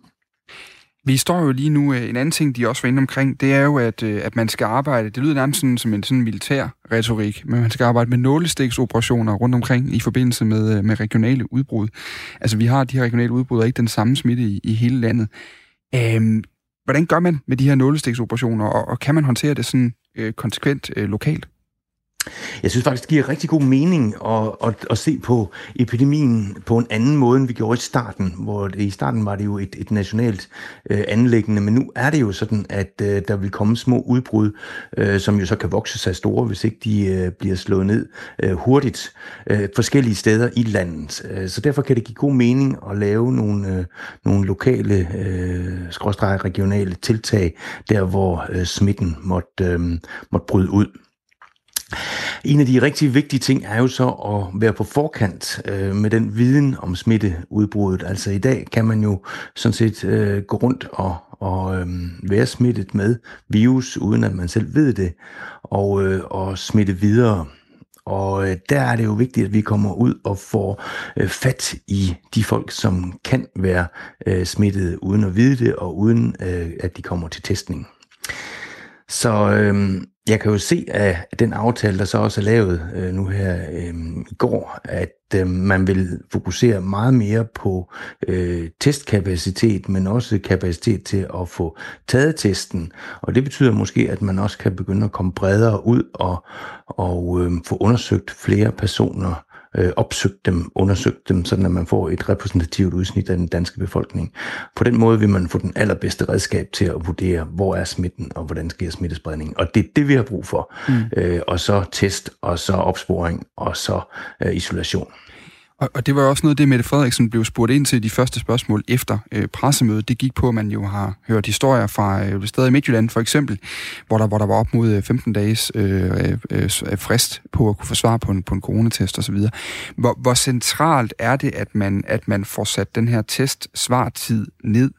A: Vi står jo lige nu, en anden ting, de også var inde omkring, det er jo, at, at man skal arbejde, det lyder nærmest sådan, som en sådan militær retorik, men man skal arbejde med nålestiksoperationer rundt omkring i forbindelse med, med regionale udbrud. Altså, vi har de her regionale udbrud, og ikke den samme smitte i, i hele landet. Øhm, hvordan gør man med de her nålestiksoperationer, og, og kan man håndtere det sådan øh, konsekvent øh, lokalt?
J: Jeg synes faktisk, det giver rigtig god mening at, at, at se på epidemien på en anden måde, end vi gjorde i starten, hvor det, i starten var det jo et, et nationalt øh, anliggende, men nu er det jo sådan, at øh, der vil komme små udbrud, øh, som jo så kan vokse sig store, hvis ikke de øh, bliver slået ned øh, hurtigt øh, forskellige steder i landet. Øh, så derfor kan det give god mening at lave nogle, øh, nogle lokale, øh, skråstreg regionale tiltag, der hvor øh, smitten måtte, øh, måtte bryde ud. En af de rigtig vigtige ting er jo så at være på forkant øh, med den viden om smitteudbruddet. Altså i dag kan man jo sådan set øh, gå rundt og, og øh, være smittet med virus, uden at man selv ved det, og, øh, og smitte videre. Og øh, der er det jo vigtigt, at vi kommer ud og får øh, fat i de folk, som kan være øh, smittet uden at vide det, og uden øh, at de kommer til testning. Så øh, jeg kan jo se af den aftale, der så også er lavet øh, nu her øh, i går, at øh, man vil fokusere meget mere på øh, testkapacitet, men også kapacitet til at få taget testen. Og det betyder måske, at man også kan begynde at komme bredere ud og, og øh, få undersøgt flere personer, øh, opsøgt dem, undersøgt dem, sådan at man får et repræsentativt udsnit af den danske befolkning. På den måde vil man få den allerbedste redskab til at vurdere, hvor er smitten, og hvordan sker smittespredningen. Og det er det, vi har brug for. Mm. Øh, og så test, og så opsporing, og så øh, isolation.
A: Og, og det var også noget, det Mette Frederiksen blev spurgt ind til de første spørgsmål efter øh, pressemødet. Det gik på, at man jo har hørt historier fra øh, stedet i Midtjylland for eksempel, hvor der, hvor der var op mod femten dages øh, øh, frist på at kunne få svar på en, på en coronatest osv. Hvor, hvor centralt er det, at man, at man får sat den her test-svartid ned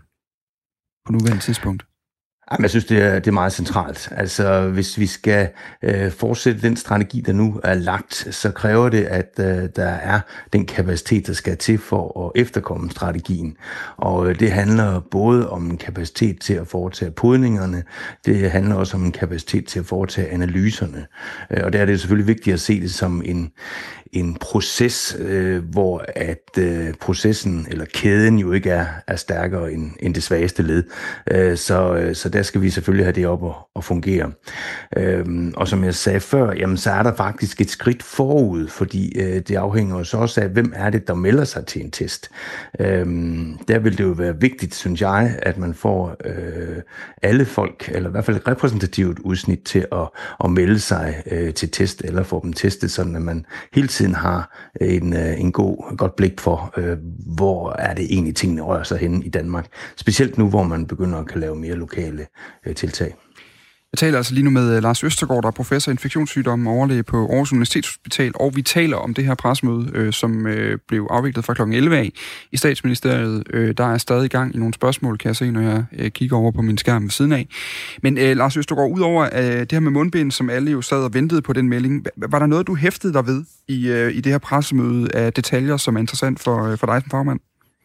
A: på nuværende tidspunkt?
J: Jamen, jeg synes, det er, det er meget centralt. Altså, hvis vi skal øh, fortsætte den strategi, der nu er lagt, så kræver det, at øh, der er den kapacitet, der skal til for at efterkomme strategien. Og øh, det handler både om en kapacitet til at foretage podningerne, det handler også om en kapacitet til at foretage analyserne. Øh, og der er det selvfølgelig vigtigt at se det som en, en proces, øh, hvor at øh, processen eller kæden jo ikke er, er stærkere end, end det svageste led. Øh, så, øh, så der skal vi selvfølgelig have det op og, og fungere. Øhm, og som jeg sagde før, jamen, så er der faktisk et skridt forud, fordi øh, det afhænger også også af, hvem er det, der melder sig til en test. Øhm, der vil det jo være vigtigt, synes jeg, at man får øh, alle folk, eller i hvert fald et repræsentativt udsnit til at, at melde sig øh, til test, eller få dem testet, sådan at man hele tiden har en, øh, en god, godt blik for, øh, hvor er det egentlig tingene rører sig henne i Danmark. Specielt nu, hvor man begynder at kan lave mere lokale tiltag.
A: Jeg taler altså lige nu med Lars Østergaard, der er professor i infektionssygdomme og overlæge på Aarhus Universitetshospital, og vi taler om det her pressemøde, øh, som øh, blev afviklet fra klokken elleve af i Statsministeriet. Øh, der er stadig i gang i nogle spørgsmål, kan jeg se, når jeg øh, kigger over på min skærm ved siden af. Men øh, Lars Østergaard, udover øh, det her med mundbind, som alle jo sad og ventede på den melding, var der noget, du hæftede dig ved i, øh, i det her pressemøde af detaljer, som er interessant for, øh, for dig som fagmand?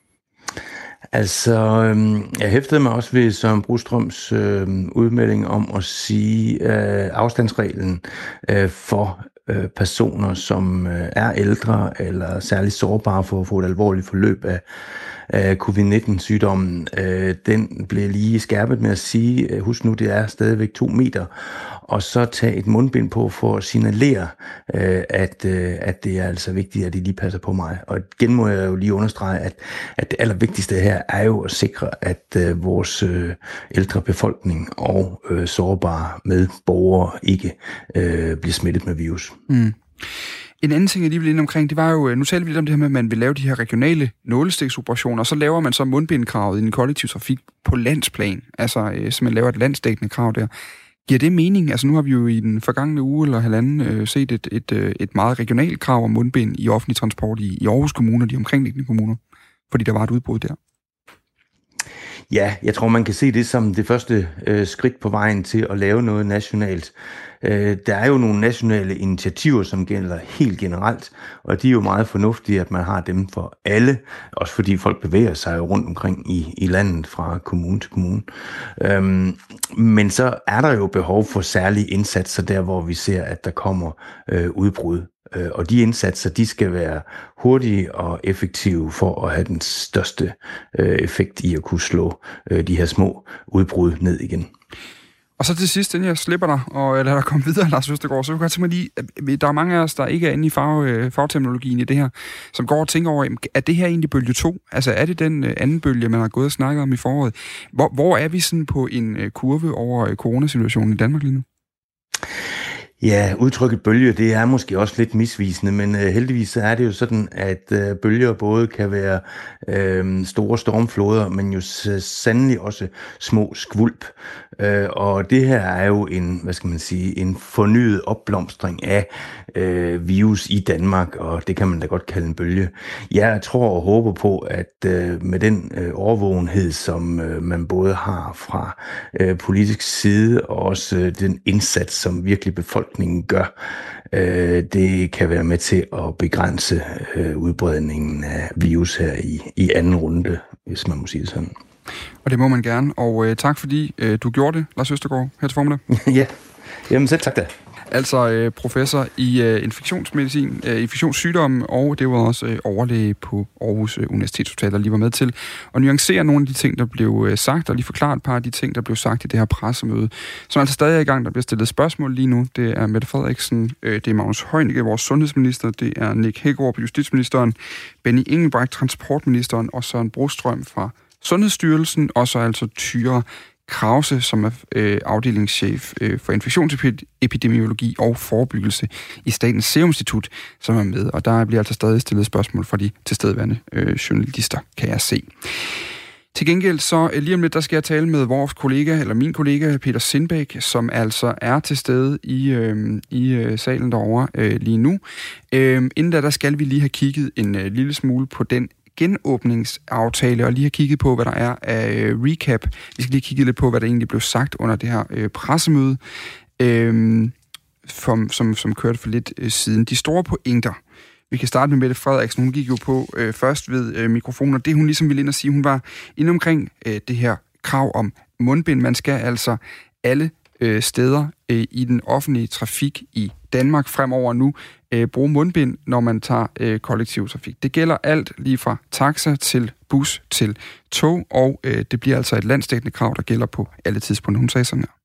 J: Altså, øh, jeg hæftede mig også ved Søren Brostrøms øh, udmelding om at sige øh, afstandsreglen øh, for øh, personer, som øh, er ældre eller særligt sårbare for at få et alvorligt forløb af, af covid nitten sygdommen. Øh, den blev lige skærpet med at sige, øh, husk nu, det er stadigvæk to meter, og så tage et mundbind på for at signalere, øh, at, øh, at det er altså vigtigt, at de lige passer på mig. Og igen må jeg jo lige understrege, at, at det allervigtigste her er jo at sikre, at øh, vores øh, ældre befolkning og øh, sårbare medborgere ikke øh, bliver smittet med virus.
A: Mm. En anden ting, jeg lige vil ind omkring, det var jo, nu taler vi lidt om det her med, at man vil lave de her regionale nålestiksoperationer, og så laver man så mundbindkravet i den kollektive trafik på landsplan, altså så man laver et landsdækkende krav der. Giver det mening? Altså nu har vi jo i den forgangne uge eller halvanden øh, set et, et, et meget regionalt krav om mundbind i offentlig transport i, i Aarhus Kommune og de omkringliggende kommuner, fordi der var et udbrud der.
J: Ja, jeg tror, man kan se det som det første øh, skridt på vejen til at lave noget nationalt. Øh, der er jo nogle nationale initiativer, som gælder helt generelt, og de er jo meget fornuftige, at man har dem for alle, også fordi folk bevæger sig jo rundt omkring i, i landet fra kommune til kommune. Øhm, men så er der jo behov for særlige indsatser der, hvor vi ser, at der kommer øh, udbrud. Øh, og de indsatser, de skal være hurtige og effektive for at have den største øh, effekt i at kunne slå øh, de her små udbrud ned igen.
A: Og så til sidst, inden jeg slipper dig, og lader dig komme videre, Lars Østergaard, så vil jeg godt tænke mig lige, der er mange af os, der ikke er inde i fag, fagterminologien i det her, som går og tænker over, er det her egentlig bølge to? Altså er det den anden bølge, man har gået og snakket om i foråret? Hvor, hvor er vi sådan på en kurve over coronasituationen i Danmark lige nu?
J: Ja, udtrykket bølge, det er måske også lidt misvisende, men øh, heldigvis så er det jo sådan, at øh, bølger både kan være øh, store stormfloder, men jo sandelig også små skvulp. Øh, og det her er jo en, hvad skal man sige, en fornyet opblomstring af øh, virus i Danmark, og det kan man da godt kalde en bølge. Jeg tror og håber på, at øh, med den øh, overvågenhed, som øh, man både har fra øh, politisk side, og også øh, den indsats, som virkelig befolkningen gør, øh, det kan være med til at begrænse øh, udbredningen af virus her i, i anden runde, hvis man må sige det sådan.
A: Og det må man gerne, og øh, tak fordi øh, du gjorde det, Lars Østergaard, her til formiddag.
J: Ja, jamen selv tak da.
A: Altså øh, professor i øh, infektionsmedicin, øh, infektionssygdomme, og det var også øh, overlæge på Aarhus øh, Universitetshospital, der lige var med til at nuancere nogle af de ting, der blev øh, sagt, og lige forklare et par af de ting, der blev sagt i det her pressemøde, som altså stadig er i gang. Der bliver stillet spørgsmål lige nu. Det er Mette Frederiksen, øh, det er Magnus Heunicke, vores sundhedsminister, det er Nick Hækkerup, justitsministeren, Benny Engelbrecht, transportministeren, og Søren Brostrøm fra Sundhedsstyrelsen, og så altså Thyra Krause, som er øh, afdelingschef øh, for infektionsepidemiologi og forebyggelse i Statens Serum Institut, som er med. Og der bliver altså stadig stillet spørgsmål fra de tilstedeværende øh, journalister, kan jeg se. Til gengæld så lige om lidt, der skal jeg tale med vores kollega, eller min kollega Peter Sindbæk, som altså er til stede i, øh, i øh, salen derovre øh, lige nu. Øh, inden da, der skal vi lige have kigget en øh, lille smule på den genåbningsaftale, og lige har kigget på, hvad der er af øh, recap. Vi skal lige kigge lidt på, hvad der egentlig blev sagt under det her øh, pressemøde, øh, som, som, som kørte for lidt øh, siden. De store pointer. Vi kan starte med Mette Frederiksen. Hun gik jo på øh, først ved øh, mikrofonen, og det hun ligesom ville ind og sige, hun var inde omkring øh, det her krav om mundbind. Man skal altså alle øh, steder øh, i den offentlige trafik i Danmark fremover nu øh, bruge mundbind, når man tager øh, kollektiv trafik. Det gælder alt lige fra taxa til bus til tog, og øh, det bliver altså et landsdækkende krav, der gælder på alle tidspunkter. Hun sagde sådan her.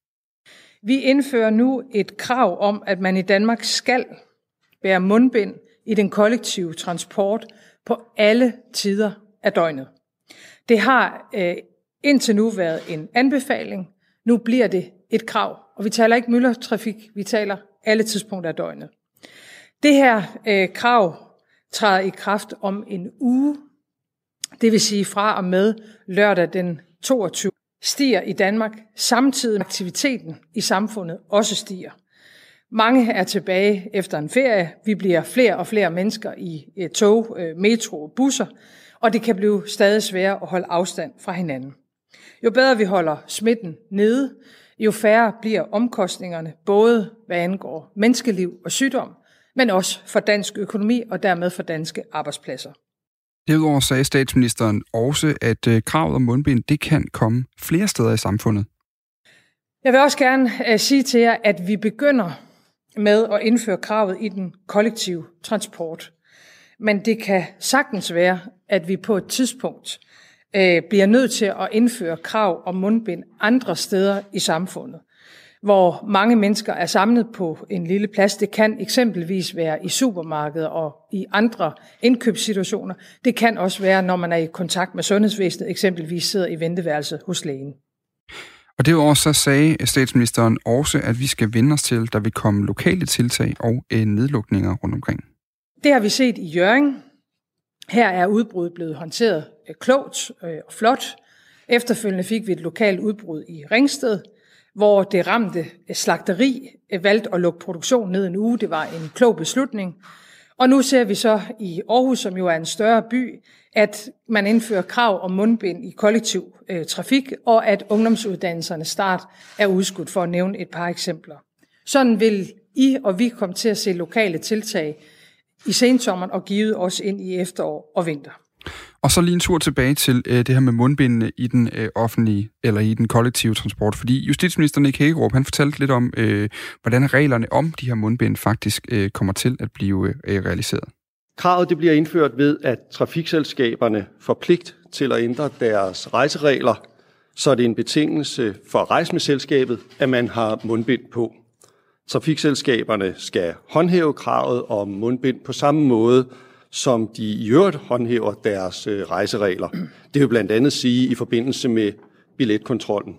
B: Vi indfører nu et krav om, at man i Danmark skal bære mundbind i den kollektive transport på alle tider af døgnet. Det har øh, indtil nu været en anbefaling. Nu bliver det et krav. Og vi taler ikke myldretrafik, vi taler alle tidspunkter af døgnet. Det her øh, krav træder i kraft om en uge. Det vil sige fra og med lørdag den toogtyvende stiger i Danmark, samtidig med aktiviteten i samfundet også stiger. Mange er tilbage efter en ferie. Vi bliver flere og flere mennesker i tog, metro og busser, og det kan blive stadig sværere at holde afstand fra hinanden. Jo bedre vi holder smitten nede, jo færre bliver omkostningerne, både hvad angår menneskeliv og sygdom, men også for dansk økonomi og dermed for danske arbejdspladser.
A: Derudover sagde statsministeren også, at øh, kravet om mundbind, det kan komme flere steder i samfundet.
B: Jeg vil også gerne uh, sige til jer, at vi begynder med at indføre kravet i den kollektive transport. Men det kan sagtens være, at vi på et tidspunkt øh, bliver nødt til at indføre krav om mundbind andre steder i samfundet, hvor mange mennesker er samlet på en lille plads. Det kan eksempelvis være i supermarkeder og i andre indkøbssituationer. Det kan også være, når man er i kontakt med sundhedsvæsenet, eksempelvis sidder i venteværelset hos lægen.
A: Og derudover så sagde statsministeren også, at vi skal vende os til, at der vil komme lokale tiltag og nedlukninger rundt omkring.
B: Det har vi set i Hjørring. Her er udbruddet blevet håndteret klogt og flot. Efterfølgende fik vi et lokalt udbrud i Ringsted, hvor det ramte slagteri valgte at lukke produktionen ned en uge. Det var en klog beslutning. Og nu ser vi så i Aarhus, som jo er en større by, at man indfører krav om mundbind i kollektiv øh, trafik, og at ungdomsuddannelserne start er udskudt, for at nævne et par eksempler. Sådan vil I og vi komme til at se lokale tiltag i sensommeren og givet også ind i efterår og vinter.
A: Og så lige en tur tilbage til øh, det her med mundbindene i den øh, offentlige eller i den kollektive transport. Fordi justitsminister Nick Hækkerup, han fortalte lidt om, øh, hvordan reglerne om de her mundbind faktisk øh, kommer til at blive øh, realiseret.
C: Kravet det bliver indført ved, at trafikselskaberne får pligt til at ændre deres rejseregler, så det er en betingelse for at rejse med selskabet, at man har mundbind på. Trafikselskaberne skal håndhæve kravet om mundbind på samme måde, som de i øvrigt håndhæver deres rejseregler. Det vil blandt andet sige i forbindelse med billetkontrollen.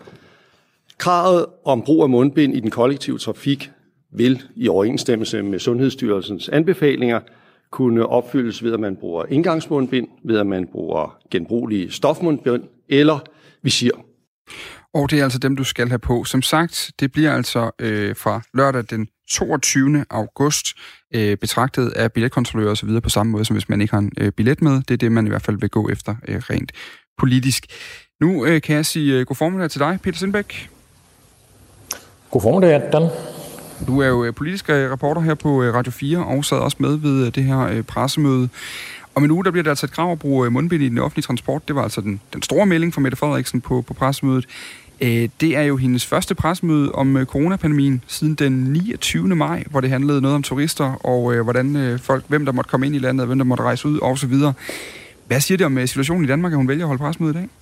C: Kravet om brug af mundbind i den kollektive trafik vil i overensstemmelse med Sundhedsstyrelsens anbefalinger kunne opfyldes ved, at man bruger indgangsmundbind, ved at man bruger genbrugelige stofmundbind eller visir.
A: Og det er altså dem, du skal have på. Som sagt, det bliver altså øh, fra lørdag den toogtyvende august øh, betragtet af billetkontrollører osv. på samme måde, som hvis man ikke har en øh, billet med. Det er det, man i hvert fald vil gå efter øh, rent politisk. Nu øh, kan jeg sige øh, god formiddag til dig, Peter Sindbæk.
K: God formiddag, Dan.
A: Du er jo øh, politisk reporter her på øh, Radio fire og sad også med ved øh, det her øh, pressemøde. Om en uge, der bliver der altså et krav at bruge mundbind i den offentlige transport. Det var altså den, den store melding fra Mette Frederiksen på, på pressemødet. Øh, det er jo hendes første pressemøde om øh, coronapandemien siden den niogtyvende maj, hvor det handlede noget om turister og øh, hvordan øh, folk, hvem der måtte komme ind i landet, hvem der måtte rejse ud osv. Hvad siger det om øh, situationen i Danmark, at hun vælger at holde pressemøde i dag?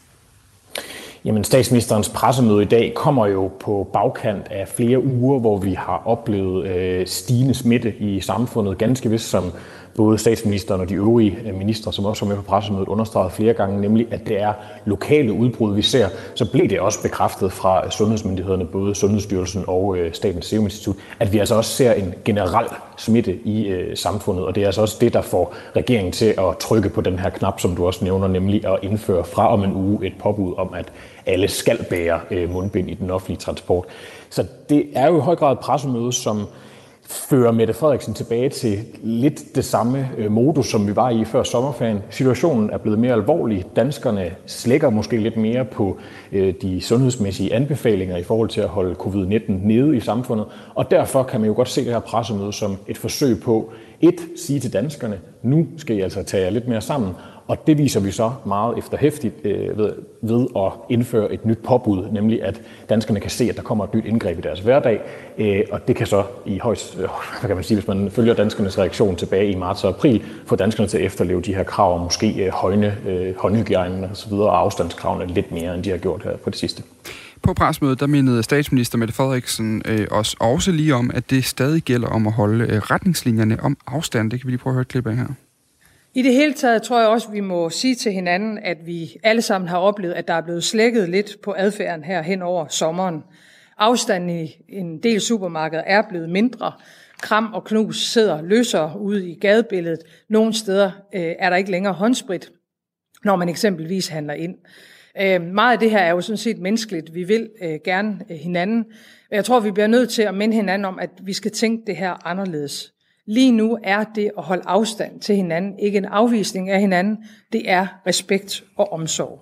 K: Jamen, statsministerens pressemøde i dag kommer jo på bagkant af flere uger, hvor vi har oplevet øh, stigende smitte i samfundet, ganske vist som både statsministeren og de øvrige ministre, som også var med på pressemødet, understregede flere gange, nemlig at det er lokale udbrud, vi ser. Så blev det også bekræftet fra sundhedsmyndighederne, både Sundhedsstyrelsen og øh, Statens Serum Institut, at vi altså også ser en generel smitte i øh, samfundet, og det er altså også det, der får regeringen til at trykke på den her knap, som du også nævner, nemlig at indføre fra om en uge et påbud om, at alle skal bære øh, mundbind i den offentlige transport. Så det er jo i høj grad et pressemøde, som fører Mette Frederiksen tilbage til lidt det samme modus, som vi var i før sommerferien. Situationen er blevet mere alvorlig. Danskerne slækker måske lidt mere på de sundhedsmæssige anbefalinger i forhold til at holde covid nitten nede i samfundet. Og derfor kan man jo godt se det her pressemøde som et forsøg på et, sige til danskerne, nu skal I altså tage jer lidt mere sammen. Og det viser vi så meget efterhæftigt øh, ved, ved at indføre et nyt påbud, nemlig at danskerne kan se, at der kommer et nyt indgreb i deres hverdag. Øh, og det kan så i højst, øh, hvad kan man sige, hvis man følger danskernes reaktion tilbage i marts og april, få danskerne til at efterleve de her krav om måske øh, højne, øh, håndhygiejnen og så videre, og afstandskravene lidt mere, end de har gjort her på det sidste.
A: På pressemødet, der mindede statsminister Mette Frederiksen øh, os også lige om, at det stadig gælder om at holde øh, retningslinjerne om afstand. Det kan vi lige prøve at høre et klip af her.
B: I det hele taget tror jeg også, vi må sige til hinanden, at vi alle sammen har oplevet, at der er blevet slækket lidt på adfærden her hen over sommeren. Afstanden i en del supermarkeder er blevet mindre. Kram og knus sidder løsere ude i gadebilledet. Nogle steder øh, er der ikke længere håndsprit, når man eksempelvis handler ind. Øh, meget af det her er jo sådan set menneskeligt. Vi vil øh, gerne øh, hinanden. Jeg tror, vi bliver nødt til at minde hinanden om, at vi skal tænke det her anderledes. Lige nu er det at holde afstand til hinanden ikke en afvisning af hinanden. Det er respekt og omsorg.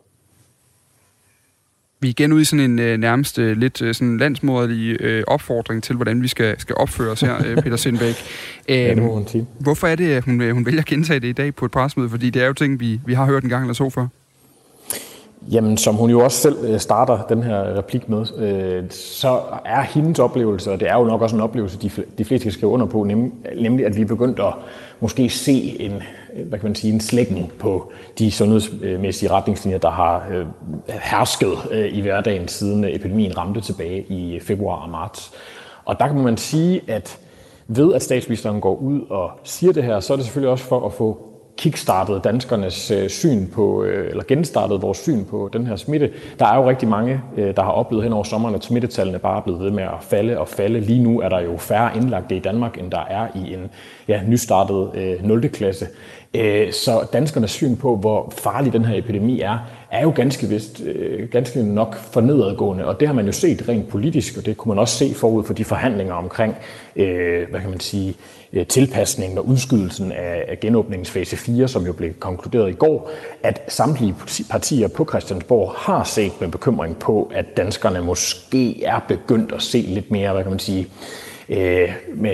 A: Vi er igen ude i sådan en øh, nærmest øh, lidt øh, sådan landsmoderlig øh, opfordring til, hvordan vi skal, skal opføre os her, øh, Peter Sindbæk. Øh, ja, det må hun sige. Hvorfor er det, at hun, hun vælger at gentage det i dag på et pressemøde? Fordi det er jo ting, vi, vi har hørt en gang eller så før.
K: Jamen, som hun jo også selv starter den her replik med, øh, så er hendes oplevelse, og det er jo nok også en oplevelse, de, de fleste skal skrive under på, nem, nemlig at vi er begyndt at måske se en, hvad kan man sige, en slækken på de sundhedsmæssige retningslinjer, der har øh, hersket øh, i hverdagen, siden epidemien ramte tilbage i februar og marts. Og der kan man sige, at ved at statsministeren går ud og siger det her, så er det selvfølgelig også for at få kickstartet danskernes øh, syn på, øh, eller genstartet vores syn på den her smitte. Der er jo rigtig mange, øh, der har oplevet hen over sommeren, at smittetallene bare er blevet ved med at falde og falde. Lige nu er der jo færre indlagte i Danmark, end der er i en ja, nystartet øh, nul klasse. Øh, så danskernes syn på, hvor farlig den her epidemi er, er jo ganske vist, øh, ganske nok for nedadgående. Og det har man jo set rent politisk, og det kunne man også se forud for de forhandlinger omkring, øh, hvad kan man sige, tilpasningen og udskydelsen af genåbningens fase fire, som jo blev konkluderet i går, at samtlige partier på Christiansborg har set med bekymring på, at danskerne måske er begyndt at se lidt mere, hvad kan man sige, med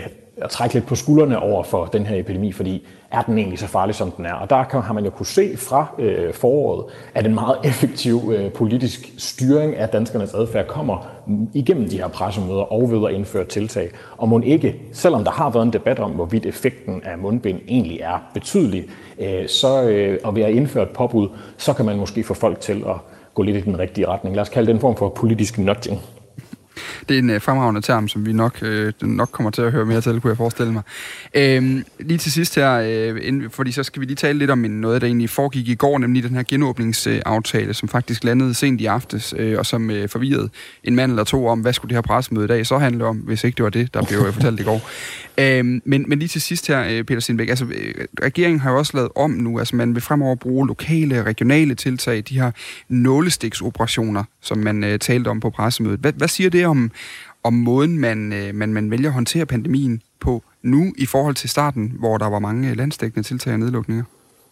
K: at trække lidt på skuldrene over for den her epidemi, fordi er den egentlig så farlig, som den er? Og der kan, har man jo kunne se fra øh, foråret, at en meget effektiv øh, politisk styring af danskernes adfærd kommer igennem de her pressemøder og ved at indføre tiltag. Og må ikke, selvom der har været en debat om, hvorvidt effekten af mundbind egentlig er betydelig, øh, så øh, og ved at indføre et påbud, så kan man måske få folk til at gå lidt i den rigtige retning. Lad os kalde det en form for politisk nudging.
A: Det er en uh, fremragende term, som vi nok, øh, nok kommer til at høre mere til, kunne jeg forestille mig. Øhm, lige til sidst her, øh, inden, fordi så skal vi lige tale lidt om en, noget, der egentlig foregik i går, nemlig den her genåbningsaftale, øh, som faktisk landede sent i aftes, øh, og som øh, forvirrede en mand eller to om, hvad skulle det her pressemøde i dag så handle om, hvis ikke det var det, der blev fortalt i går. Øhm, men, men lige til sidst her, øh, Peter Stenbæk, altså øh, regeringen har jo også lavet om nu, altså man vil fremover bruge lokale, regionale tiltag, de her nålestiksoperationer, som man øh, talte om på pressemødet. Hvad, hvad siger det om, om måden, man, øh, man, man vælger at håndtere pandemien på nu i forhold til starten, hvor der var mange landsdækkende tiltag og nedlukninger?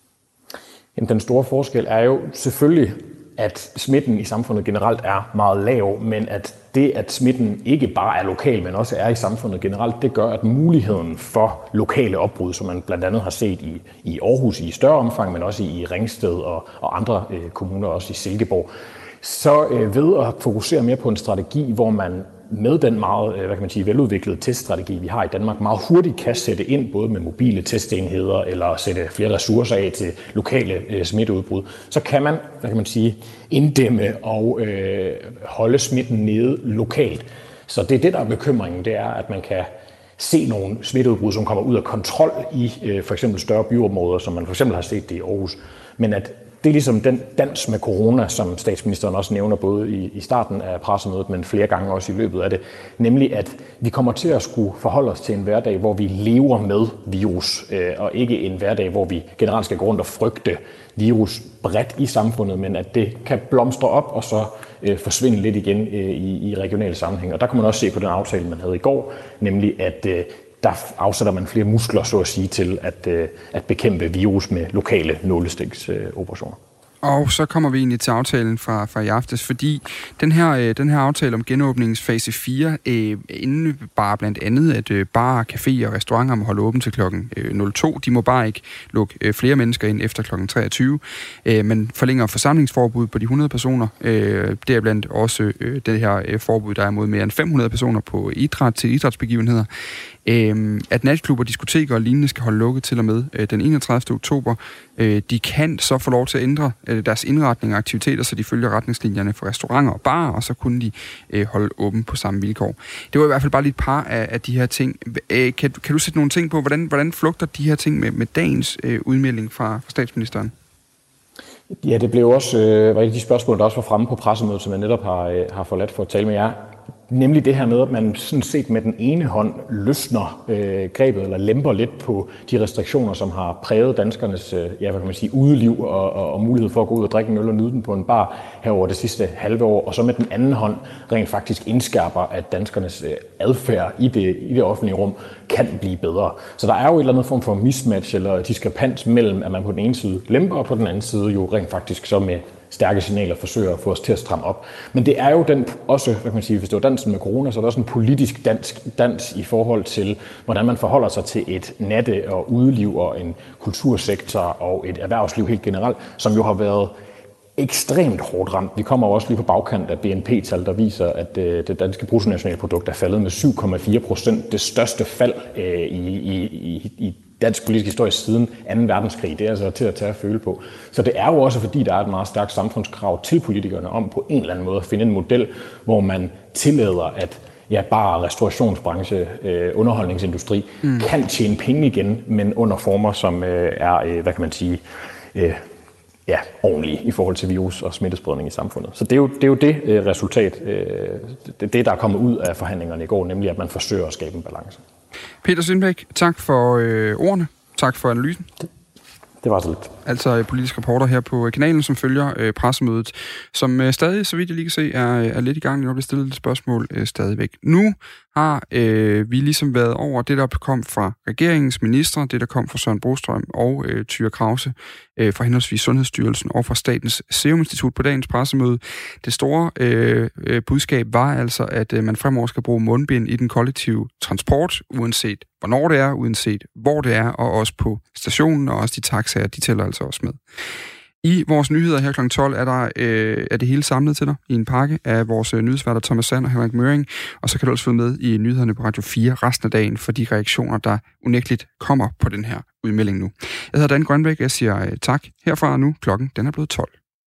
K: Jamen, den store forskel er jo selvfølgelig, at smitten i samfundet generelt er meget lav, men at det, at smitten ikke bare er lokal, men også er i samfundet generelt, det gør, at muligheden for lokale opbrud, som man blandt andet har set i, i Aarhus i større omfang, men også i Ringsted og, og andre øh, kommuner, også i Silkeborg, så øh, ved at fokusere mere på en strategi, hvor man med den meget, hvad kan man sige, veludviklede teststrategi, vi har i Danmark, meget hurtigt kan sætte ind, både med mobile testenheder eller sætte flere ressourcer af til lokale øh, smitteudbrud, så kan man, hvad kan man sige, inddæmme og øh, holde smitten nede lokalt. Så det er det, der er bekymringen, det er, at man kan se nogle smitteudbrud, som kommer ud af kontrol i øh, for eksempel større byområder, som man for eksempel har set det i Aarhus, men at det er ligesom den dans med corona, som statsministeren også nævner både i, i starten af pressemødet, men flere gange også i løbet af det. Nemlig, at vi kommer til at skulle forholde os til en hverdag, hvor vi lever med virus, øh, og ikke en hverdag, hvor vi generelt skal gå rundt og frygte virus bredt i samfundet, men at det kan blomstre op og så øh, forsvinde lidt igen øh, i, i regionale sammenhæng. Og der kan man også se på den aftale, man havde i går, nemlig at øh, der afsætter man flere muskler, så at sige, til at, at bekæmpe virus med lokale nålestiksoperationer.
A: Og så kommer vi egentlig til aftalen fra, fra i aftes, fordi den her, den her aftale om genåbningsfase fire øh, indebar blandt andet, at øh, barer, caféer og restauranter må holde åben til klokken nul to. De må bare ikke lukke øh, flere mennesker ind efter klokken treogtyve. Øh, man forlænger forsamlingsforbud på de hundrede personer. Øh, det er blandt også øh, det her øh, forbud, der er mod mere end fem hundrede personer på idræt til idrætsbegivenheder. Øh, at natklubber, diskoteker og lignende skal holde lukket til og med øh, den enogtredivte oktober. Øh, de kan så få lov til at ændre øh, deres indretning og aktiviteter, så de følger retningslinjerne for restauranter og barer, og så kunne de øh, holde åben på samme vilkår. Det var i hvert fald bare lige et par af, af de her ting. Øh, kan, kan du sætte nogle ting på, hvordan, hvordan flugter de her ting med, med dagens øh, udmelding fra, fra statsministeren?
K: Ja, det blev også øh, var et af de spørgsmål, der også var fremme på pressemødet, som jeg netop har, øh, har forladt for at tale med jer. Nemlig det her med, at man sådan set med den ene hånd løsner øh, grebet eller lemper lidt på de restriktioner, som har præget danskernes øh, ja, hvad kan man sige, udeliv og, og, og mulighed for at gå ud og drikke en øl og nyde den på en bar herover det sidste halve år, og så med den anden hånd rent faktisk indskærper, at danskernes øh, adfærd i det, i det offentlige rum kan blive bedre. Så der er jo et eller andet form for mismatch eller diskrepans mellem, at man på den ene side lemper, og på den anden side jo rent faktisk så med stærke signaler forsøger at få os til at stramme op. Men det er jo den også, hvad kan man sige, hvis det var dansen med corona, så er der også en politisk dansk dans i forhold til, hvordan man forholder sig til et natte- og udeliv og en kultursektor og et erhvervsliv helt generelt, som jo har været ekstremt hårdt ramt. Vi kommer også lige på bagkant af B N P-tal, der viser, at øh, det danske bruttonationalprodukt er faldet med syv komma fire procent. Det største fald øh, i, i, i, i dansk politisk historie siden anden verdenskrig. Det er altså til at tage at føle på. Så det er jo også, fordi der er et meget stærkt samfundskrav til politikerne om på en eller anden måde at finde en model, hvor man tillader, at ja, bare restaurationsbranche, øh, underholdningsindustri mm. kan tjene penge igen, men under former, som øh, er, øh, hvad kan man sige, øh, ja, ordentlige i forhold til virus og smittespredning i samfundet. Så det er jo det, er jo det øh, resultat, øh, det, det, der er kommet ud af forhandlingerne i går, nemlig at man forsøger at skabe en balance.
A: Peter Stenbæk, tak for øh, ordene. Tak for analysen.
K: Det, det var så lidt.
A: Altså politisk reporter her på kanalen, som følger øh, pressemødet, som øh, stadig, så vidt jeg lige kan se, er, er lidt i gang, når der bliver stillet et spørgsmål øh, stadigvæk. Nu har øh, vi ligesom været over det, der kom fra regeringens ministre, det, der kom fra Søren Brostrøm og øh, Thyre Krause øh, fra henholdsvis Sundhedsstyrelsen og fra Statens Serum Institut på dagens pressemøde. Det store øh, øh, budskab var altså, at øh, man fremover skal bruge mundbind i den kollektive transport, uanset hvornår det er, uanset hvor det er, og også på stationen, og også de taxaer, de tæller altså også med. I vores nyheder her klokken tolv er, der, øh, er det hele samlet til dig i en pakke af vores øh, nyhedsværter Thomas Sand og Henrik Møring, og så kan du også følge med i nyhederne på Radio fire resten af dagen for de reaktioner, der unægteligt kommer på den her udmelding nu. Jeg hedder Dan Grønbæk, jeg siger øh, tak herfra nu. Klokken den er blevet tolv.